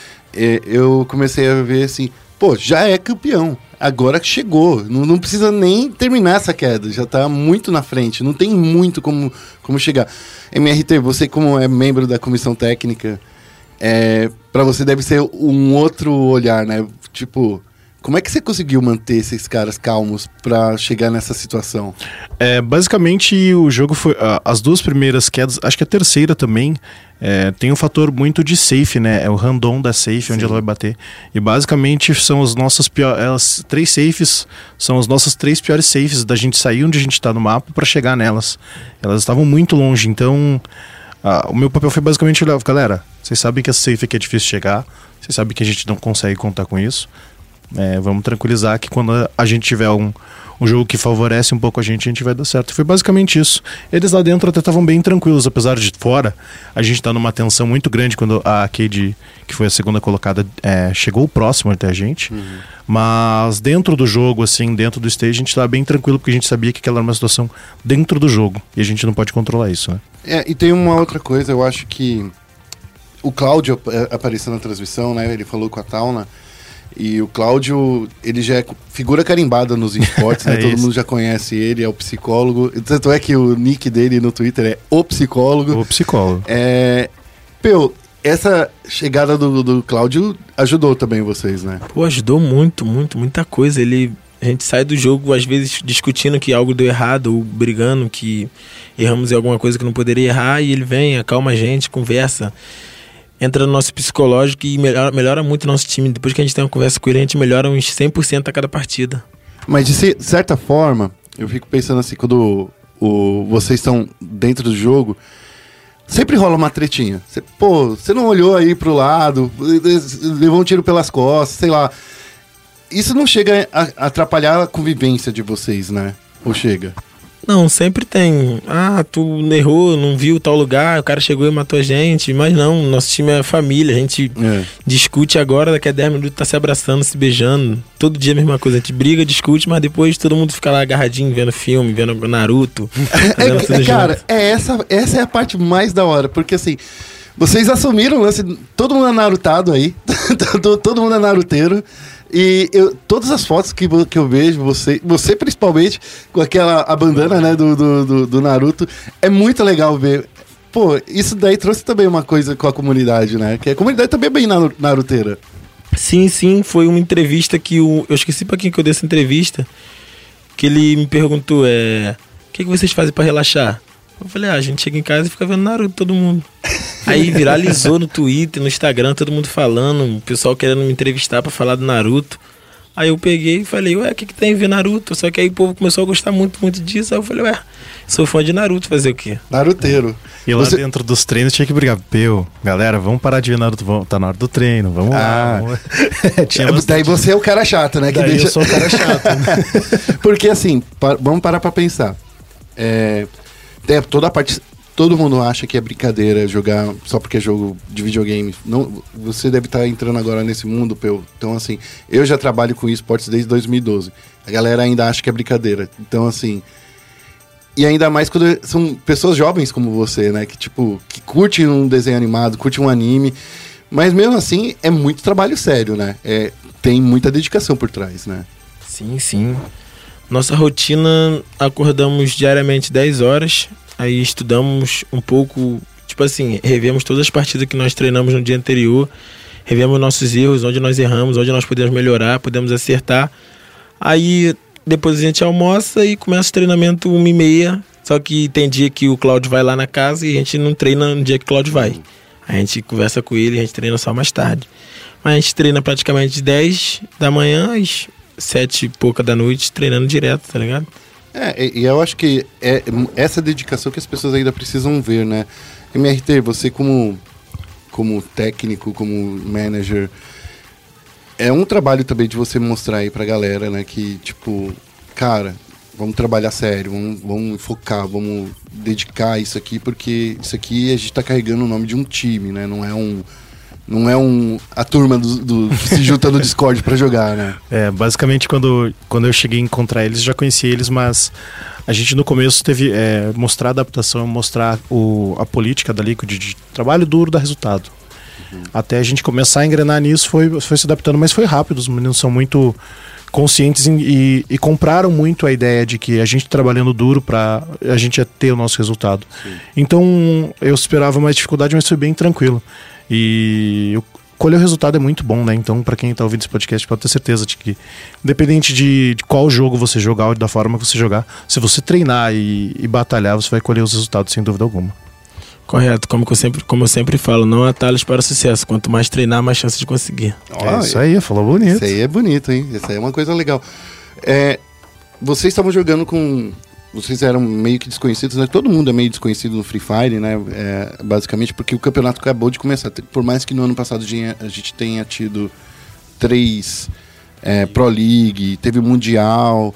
eu comecei a ver assim, já é campeão. Agora chegou, não precisa nem terminar essa queda, já tá muito na frente, não tem muito como chegar. MRT, você como é membro da comissão técnica, pra você deve ser um outro olhar, né? Tipo, Como é que você conseguiu manter esses caras calmos pra chegar nessa situação? Basicamente, o jogo foi... as 2 primeiras quedas, acho que a terceira também, tem um fator muito de safe, né? É o random da safe, onde ela vai bater. E basicamente são as nossas piores... 3 safes são as nossas 3 piores safes da gente sair onde a gente tá no mapa pra chegar nelas. Elas estavam muito longe, então... o meu papel foi basicamente olhar, galera, vocês sabem que a safe aqui é difícil chegar, vocês sabem que a gente não consegue contar com isso. Vamos tranquilizar que quando a gente tiver um jogo que favorece um pouco a gente vai dar certo. Foi basicamente isso. Eles lá dentro até estavam bem tranquilos, apesar de fora a gente tá numa tensão muito grande quando a Cade, que foi a segunda colocada, chegou próximo até a gente. Mas dentro do jogo, assim, dentro do stage, a gente tava bem tranquilo, porque a gente sabia que aquela era uma situação dentro do jogo, e a gente não pode controlar isso, né? E tem uma outra coisa, eu acho que o Cláudio apareceu na transmissão, né? Ele falou com a Tauna. E o Cláudio, ele já é figura carimbada nos esportes, né? Todo mundo já conhece ele, é o psicólogo. Tanto é que o nick dele no Twitter é o psicólogo. O psicólogo. Essa chegada do Cláudio ajudou também vocês, né? Pô, ajudou muita coisa. A gente sai do jogo, às vezes, discutindo que algo deu errado, ou brigando que erramos em alguma coisa que não poderia errar, e ele vem, acalma a gente, conversa. Entra no nosso psicológico e melhora muito o nosso time. Depois que a gente tem uma conversa com ele, a gente melhora uns 100% a cada partida. Mas de certa forma, eu fico pensando assim, quando vocês estão dentro do jogo, sempre rola uma tretinha. Você não olhou aí pro lado, levou um tiro pelas costas, sei lá. Isso não chega a atrapalhar a convivência de vocês, né? Ou chega? Não, sempre tem. Tu errou, não viu tal lugar, o cara chegou e matou a gente. Mas não, nosso time é família. A gente discute agora, daqui a 10 minutos tá se abraçando, se beijando. Todo dia a mesma coisa. A gente briga, discute, mas depois todo mundo fica lá agarradinho, vendo filme, vendo Naruto. Cara, essa é a parte mais da hora. Porque assim, vocês assumiram o lance. Todo mundo é narutado aí. Todo mundo é naruteiro. E todas as fotos que eu vejo, você principalmente, com a bandana, né, do Naruto, é muito legal ver. Pô, isso daí trouxe também uma coisa com a comunidade, né? Que a comunidade também é bem naruteira. Sim, foi uma entrevista que eu esqueci pra quem que eu dei essa entrevista, que ele me perguntou, o que vocês fazem pra relaxar? Eu falei, a gente chega em casa e fica vendo Naruto, todo mundo. Aí viralizou no Twitter, no Instagram, todo mundo falando, o pessoal querendo me entrevistar pra falar do Naruto. Aí eu peguei e falei, o que tem a ver Naruto? Só que aí o povo começou a gostar muito disso. Aí eu falei, sou fã de Naruto, fazer o quê? Naruteiro. E lá dentro dos treinos tinha que brigar. Galera, vamos parar de ver Naruto, tá na hora do treino, vamos lá. Daí você é o cara chato, né? Eu sou o cara chato. Né? Porque assim, vamos parar pra pensar. Toda a parte... Todo mundo acha que é brincadeira jogar só porque é jogo de videogame. Não, você deve estar entrando agora nesse mundo, Peu. Então, assim, eu já trabalho com esportes desde 2012. A galera ainda acha que é brincadeira. Então, assim... E ainda mais quando são pessoas jovens como você, né? Que curtem um desenho animado, curtem um anime. Mas mesmo assim, é muito trabalho sério, né? Tem muita dedicação por trás, né? Sim. Nossa rotina, acordamos diariamente 10 horas... Aí estudamos um pouco, revemos todas as partidas que nós treinamos no dia anterior, revemos nossos erros, onde nós erramos, onde nós podemos melhorar, podemos acertar. Aí depois a gente almoça e começa o treinamento 1h30, só que tem dia que o Cláudio vai lá na casa e a gente não treina no dia que o Cláudio vai. A gente conversa com ele e a gente treina só mais tarde. Mas a gente treina praticamente de 10 da manhã às 7 e pouca da noite, treinando direto, tá ligado? E eu acho que é essa dedicação que as pessoas ainda precisam ver, né? MRT, você como técnico, como manager, é um trabalho também de você mostrar aí pra galera, né? Que, cara, vamos trabalhar sério, vamos focar, vamos dedicar isso aqui, porque isso aqui a gente tá carregando o nome de um time, né? Não é a turma que se junta no Discord pra jogar, né? Basicamente quando eu cheguei a encontrar eles, já conheci eles, mas a gente no começo teve mostrar a adaptação, mostrar a política da Liquid de trabalho duro dá resultado. Até a gente começar a engrenar nisso, foi se adaptando, mas foi rápido. Os meninos são muito conscientes e compraram muito a ideia de que a gente trabalhando duro pra a gente ia ter o nosso resultado. Sim. Então eu esperava mais dificuldade, mas foi bem tranquilo. E colher o resultado é muito bom, né? Então, pra quem tá ouvindo esse podcast, pode ter certeza de que, independente de qual jogo você jogar ou da forma que você jogar, se você treinar e batalhar, você vai colher os resultados sem dúvida alguma. Correto, como eu sempre falo, não há atalhos para o sucesso. Quanto mais treinar, mais chance de conseguir. Isso aí, falou bonito. Isso aí é bonito, hein? Isso aí é uma coisa legal. Vocês estavam jogando com... Vocês eram meio que desconhecidos, né? Todo mundo é meio desconhecido no Free Fire, né? Basicamente porque o campeonato acabou de começar. Por mais que no ano passado a gente tenha tido 3 Pro League, teve o Mundial...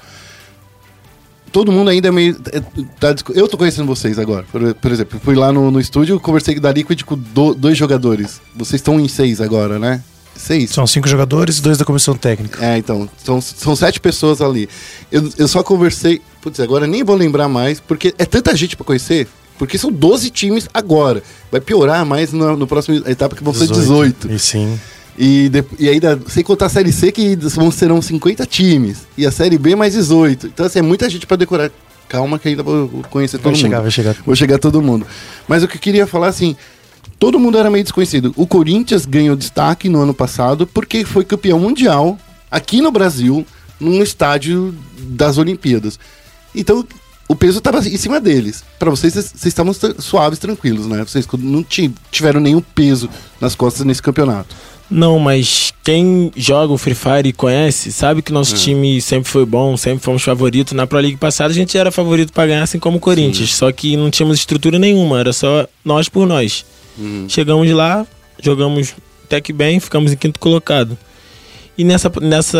Todo mundo ainda é meio... Eu tô conhecendo vocês agora. Por exemplo, eu fui lá no estúdio, conversei da Liquid com 2 jogadores. Vocês estão em 6 agora, né? 6? São 5 jogadores e 2 da comissão técnica. Então. São 7 pessoas ali. Eu só conversei... Putz, agora nem vou lembrar mais, porque é tanta gente pra conhecer. Porque são 12 times agora. Vai piorar mais no próximo etapa, que vão ser 18. E sim... E ainda, sem contar a Série C, que serão 50 times. E a Série B, mais 18. Então, assim, é muita gente pra decorar. Calma que ainda vou conhecer todo mundo. Vai chegar. Vou chegar todo mundo. Mas o que eu queria falar, assim... Todo mundo era meio desconhecido. O Corinthians ganhou destaque no ano passado porque foi campeão mundial aqui no Brasil, num estádio das Olimpíadas. Então, o peso estava em cima deles. Pra vocês estavam suaves, tranquilos, né? Vocês não tiveram nenhum peso nas costas nesse campeonato. Não, mas quem joga o Free Fire e conhece, sabe que nosso time sempre foi bom, sempre fomos favoritos. Na Pro League passada a gente era favorito para ganhar, assim como o Corinthians. Sim. Só que não tínhamos estrutura nenhuma, era só nós por nós. Chegamos lá, jogamos até que bem, ficamos em 5º colocado. E nessa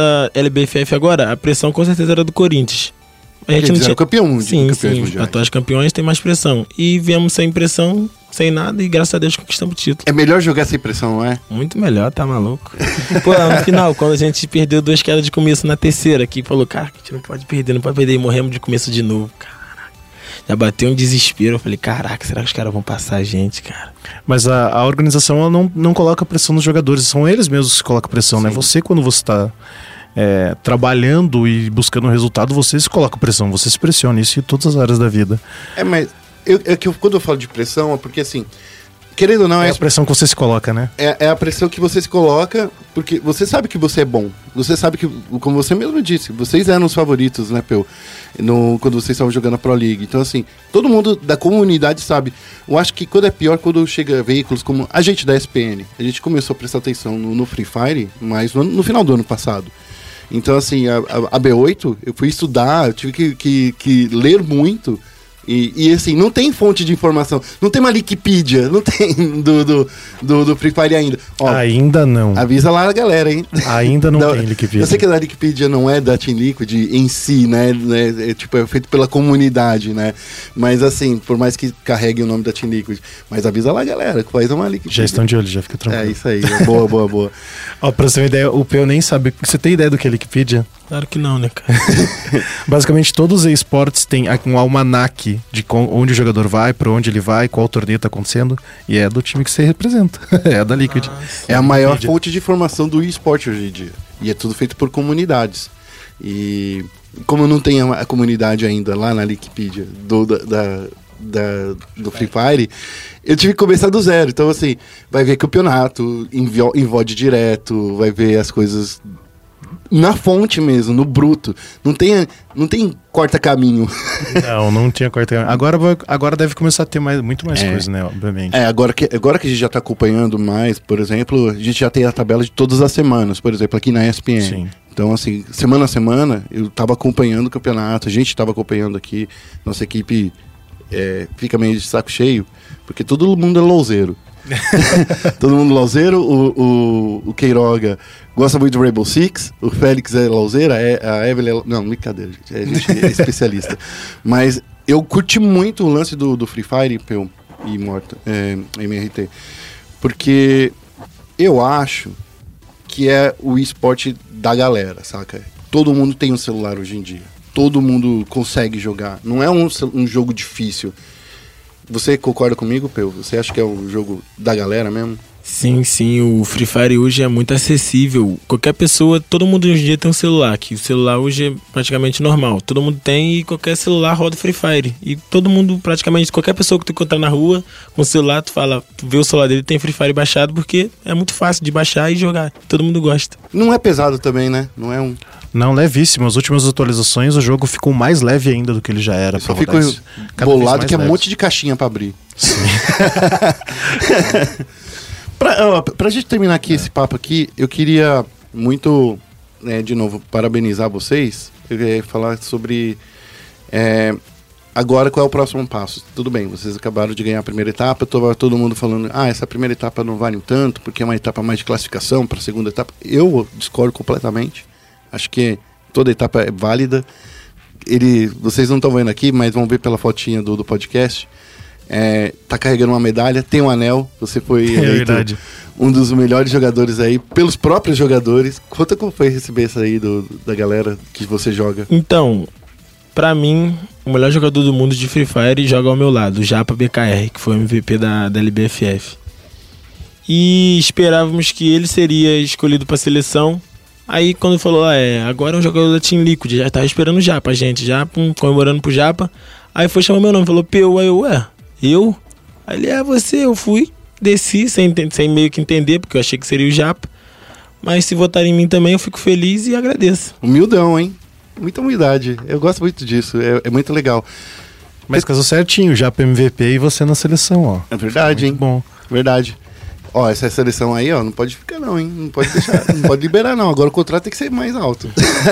LBFF agora, a pressão com certeza era do Corinthians. A gente não tinha... campeão. Sim, atuais campeões tem mais pressão. E viemos sem pressão, sem nada, e graças a Deus conquistamos o título. É melhor jogar sem pressão, não é? Muito melhor, tá maluco? Pô, no final, quando a gente perdeu 2 quedas de começo na terceira, que falou, cara, a gente não pode perder, e morremos de começo de novo, caraca. Já bateu um desespero, eu falei, caraca, será que os caras vão passar a gente, cara? Mas a organização, ela não coloca pressão nos jogadores, são eles mesmos que colocam pressão, né? Você, quando você tá... trabalhando e buscando um resultado, você se coloca pressão, você se pressiona, isso em todas as áreas da vida. Mas quando eu falo de pressão, é porque assim, querendo ou não... É a pressão que você se coloca, né? É a pressão que você se coloca, porque você sabe que você é bom. Você sabe que, como você mesmo disse, vocês eram os favoritos, né, Peu? Quando vocês estavam jogando a Pro League. Então, assim, todo mundo da comunidade sabe. Eu acho que quando é pior, quando chega veículos como a gente da SPN. A gente começou a prestar atenção no Free Fire, mas no final do ano passado. Então, assim, a B8, eu fui estudar, eu tive que ler muito. E assim, não tem fonte de informação. Não tem uma Wikipedia, não tem do Free Fire ainda. Ó, ainda não. Avisa lá a galera, hein? Ainda não tem Wikipedia. Eu sei que a Wikipedia não é da Team Liquid em si, né? É feito pela comunidade, né? Mas assim, por mais que carregue o nome da Team Liquid. Mas avisa lá a galera, que faz uma Wikipedia. Já estão de olho, já fica tranquilo. É isso aí, boa. Ó, pra você ter uma ideia, o Peu nem sabe. Você tem ideia do que é Wikipedia? Claro que não, né, cara? Basicamente, todos os esportes têm um almanaque de onde o jogador vai, pra onde ele vai, qual torneio tá acontecendo, e é do time que você representa. É da Liquid. É a maior fonte de informação do esporte hoje em dia. E é tudo feito por comunidades. E como não tem a comunidade ainda lá na Wikipedia do Free Fire, eu tive que começar do zero. Então, assim, vai ver campeonato, em VOD direto, vai ver as coisas... na fonte mesmo, no bruto. Não tem corta-caminho. Não tinha corta-caminho. Agora deve começar a ter muito mais coisa, né? Obviamente. Agora que a gente já tá acompanhando mais, por exemplo, a gente já tem a tabela de todas as semanas, por exemplo, aqui na ESPN. Sim. Então, assim, semana a semana, eu tava acompanhando o campeonato, a gente tava acompanhando aqui, nossa equipe fica meio de saco cheio, porque todo mundo é louzeiro. Todo mundo lauzeiro, o Queiroga gosta muito do Rainbow Six, o Félix é lauzeira, a Evelyn não, brincadeira, gente, a gente é especialista. Mas eu curti muito o lance do Free Fire e MRT, porque eu acho que é o esporte da galera, saca? Todo mundo tem um celular hoje em dia, todo mundo consegue jogar, não é um jogo difícil. Você concorda comigo, Peu? Você acha que é um jogo da galera mesmo? Sim, o Free Fire hoje é muito acessível. Qualquer pessoa, todo mundo hoje em dia tem um celular, que o celular hoje é praticamente normal. Todo mundo tem e qualquer celular roda Free Fire. E todo mundo, praticamente, qualquer pessoa que tu encontrar na rua com o celular, tu vê o celular dele, tem Free Fire baixado, porque é muito fácil de baixar e jogar. Todo mundo gosta. Não é pesado também, né? Não é um... Não, levíssimo. As últimas atualizações, o jogo ficou mais leve ainda do que ele já era. Eu só fico bolado que é um monte de caixinha pra abrir. Sim. Pra gente terminar aqui esse papo aqui, eu queria muito, de novo, parabenizar vocês. Eu ia falar sobre agora qual é o próximo passo. Tudo bem, vocês acabaram de ganhar a primeira etapa, todo mundo falando, essa primeira etapa não vale tanto, porque é uma etapa mais de classificação para a segunda etapa. Eu discordo completamente. Acho que toda etapa é válida. Vocês não estão vendo aqui, mas vão ver pela fotinha do podcast. Tá carregando uma medalha, tem um anel. Você foi eleito um dos melhores jogadores aí, pelos próprios jogadores. Conta como foi receber isso aí da galera que você joga. Então, pra mim, o melhor jogador do mundo de Free Fire joga ao meu lado, o Japa BKR, que foi o MVP da LBFF. E esperávamos que ele seria escolhido pra seleção. Aí quando falou, agora é um jogador da Team Liquid, já tava esperando o Japa, comemorando pro Japa. Aí foi chamar meu nome, falou, Peu, aí eu? Aí ele, você, eu fui, desci sem meio que entender, porque eu achei que seria o Japa. Mas se votarem em mim também, eu fico feliz e agradeço. Humildão, hein? Muita humildade. Eu gosto muito disso, é muito legal. Mas casou certinho, Japa MVP e você na seleção, ó. É verdade, hein? Bom. Verdade. Essa seleção aí, não pode ficar não, hein? Não pode deixar, não pode liberar não. Agora o contrato tem que ser mais alto.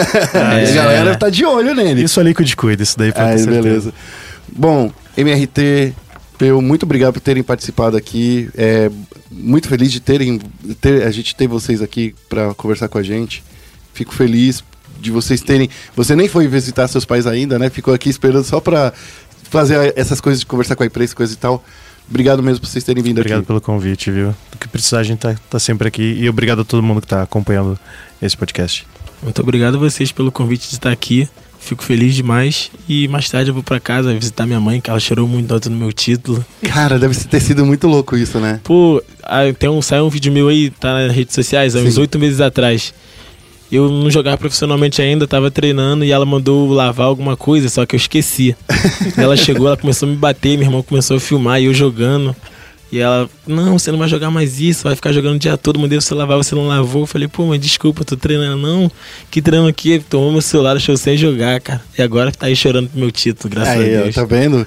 A galera tá de olho nele. Isso ali que eu cuido, isso daí pode ter certeza. Beleza. Bom, MRT, Peu, muito obrigado por terem participado aqui. Muito feliz de a gente ter vocês aqui para conversar com a gente. Fico feliz de vocês terem... Você nem foi visitar seus pais ainda, né? Ficou aqui esperando só para fazer essas coisas de conversar com a imprensa, coisa e tal. Obrigado mesmo por vocês terem vindo aqui. Obrigado pelo convite, viu? Do que precisar, a gente tá sempre aqui. E obrigado a todo mundo que tá acompanhando esse podcast. Muito obrigado a vocês pelo convite de estar aqui. Fico feliz demais. E mais tarde eu vou pra casa visitar minha mãe, que ela chorou muito no meu título. Cara, deve ter sido muito louco isso, né? Pô, saiu um vídeo meu aí, tá nas redes sociais, há uns 8 meses atrás. Eu não jogava profissionalmente ainda, tava treinando e ela mandou lavar alguma coisa, só que eu esqueci. Ela chegou, ela começou a me bater, meu irmão começou a filmar e eu jogando. E ela, não, você não vai jogar mais isso, vai ficar jogando o dia todo, mandei você lavar, você não lavou. Eu falei, pô, mas desculpa, tô treinando. Não, que treino aqui, tomou meu celular, deixou sem jogar, cara. E agora tá aí chorando pro meu título, graças a Deus. Tá vendo?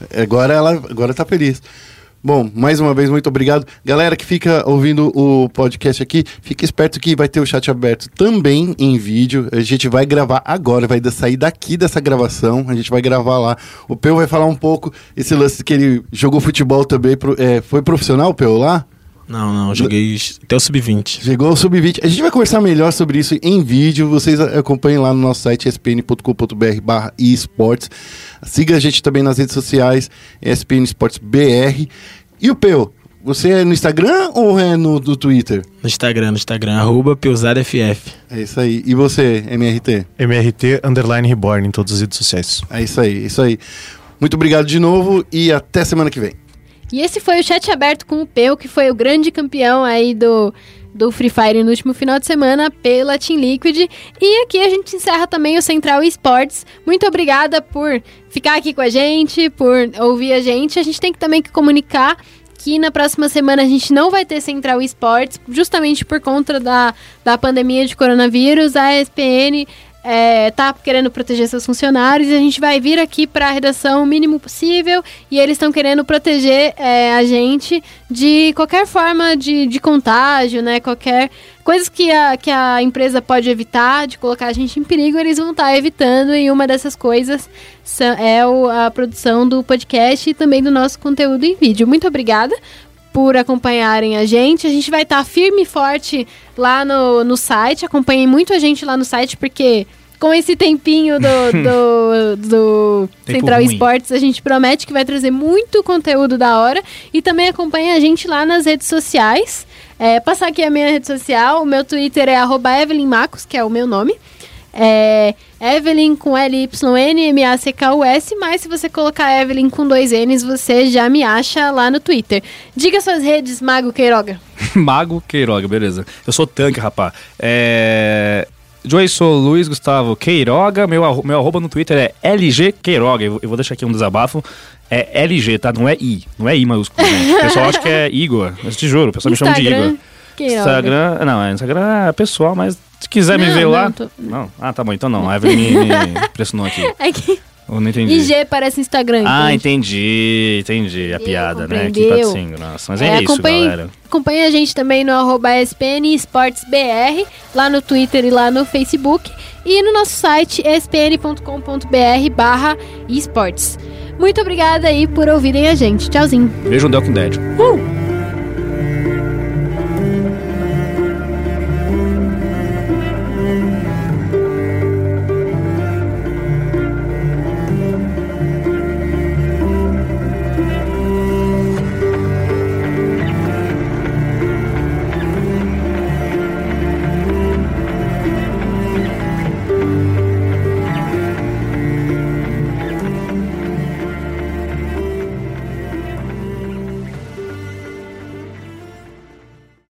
Agora tá feliz. Bom, mais uma vez, muito obrigado. Galera que fica ouvindo o podcast aqui, fica esperto que vai ter o chat aberto também em vídeo. A gente vai gravar agora, vai sair daqui dessa gravação, a gente vai gravar lá. O Peu vai falar um pouco, esse lance que ele jogou futebol também, foi profissional, Peu, lá? Não, joguei até o Sub-20. Chegou ao Sub-20. A gente vai conversar melhor sobre isso em vídeo. Vocês acompanhem lá no nosso site espn.com.br/esportes. Siga a gente também nas redes sociais, ESPN Esportes BR. E o Peu, você é no Instagram ou é no Twitter? No Instagram, @PeusadoFF. É isso aí. E você, MRT? MRT_Reborn em todas as redes sociais. É isso aí. Muito obrigado de novo e até semana que vem. E esse foi o chat aberto com o Peu, que foi o grande campeão aí do Free Fire no último final de semana pela Team Liquid. E aqui a gente encerra também o Central Esportes. Muito obrigada por ficar aqui com a gente, por ouvir a gente. A gente tem também que comunicar que na próxima semana a gente não vai ter Central Esportes, justamente por conta da pandemia de coronavírus. A ESPN tá querendo proteger seus funcionários e a gente vai vir aqui para a redação o mínimo possível e eles estão querendo proteger a gente de qualquer forma de contágio, né? Qualquer coisa que a empresa pode evitar de colocar a gente em perigo, eles vão estar evitando, e uma dessas coisas é a produção do podcast e também do nosso conteúdo em vídeo. Muito obrigada por acompanharem a gente. A gente vai estar firme e forte lá no site. Acompanhem muito a gente lá no site, porque com esse tempinho do Central Esportes, a gente promete que vai trazer muito conteúdo da hora. E também acompanhem a gente lá nas redes sociais. Passar aqui a minha rede social. O meu Twitter é @EvelynMacos, que é o meu nome. Evelyn com LYNMACKUS, mas se você colocar Evelyn com 2 N's, você já me acha lá no Twitter. Diga suas redes, Mago Queiroga. Mago Queiroga, beleza. Eu sou tanque, rapá. Joey, sou Luiz Gustavo Queiroga, meu arroba no Twitter é LG Queiroga. Eu vou deixar aqui um desabafo. É LG, tá? Não é I maiúsculo, gente. O pessoal acha que é Igor, mas te juro, o pessoal me chama de Igor. Instagram é pessoal, mas se quiser me ver lá... Não? Ah, tá bom, então não. A Evelyn me pressionou aqui. É que... Eu não entendi. IG parece Instagram. Ah, entendi a piada, né? Que tá sem graça. Mas é isso, galera. Acompanhe a gente também no @ESPN Esportes BR, lá no Twitter e lá no Facebook. E no nosso site, espn.com.br/esportes. Muito obrigada aí por ouvirem a gente. Tchauzinho. Beijo, The Walking Dead.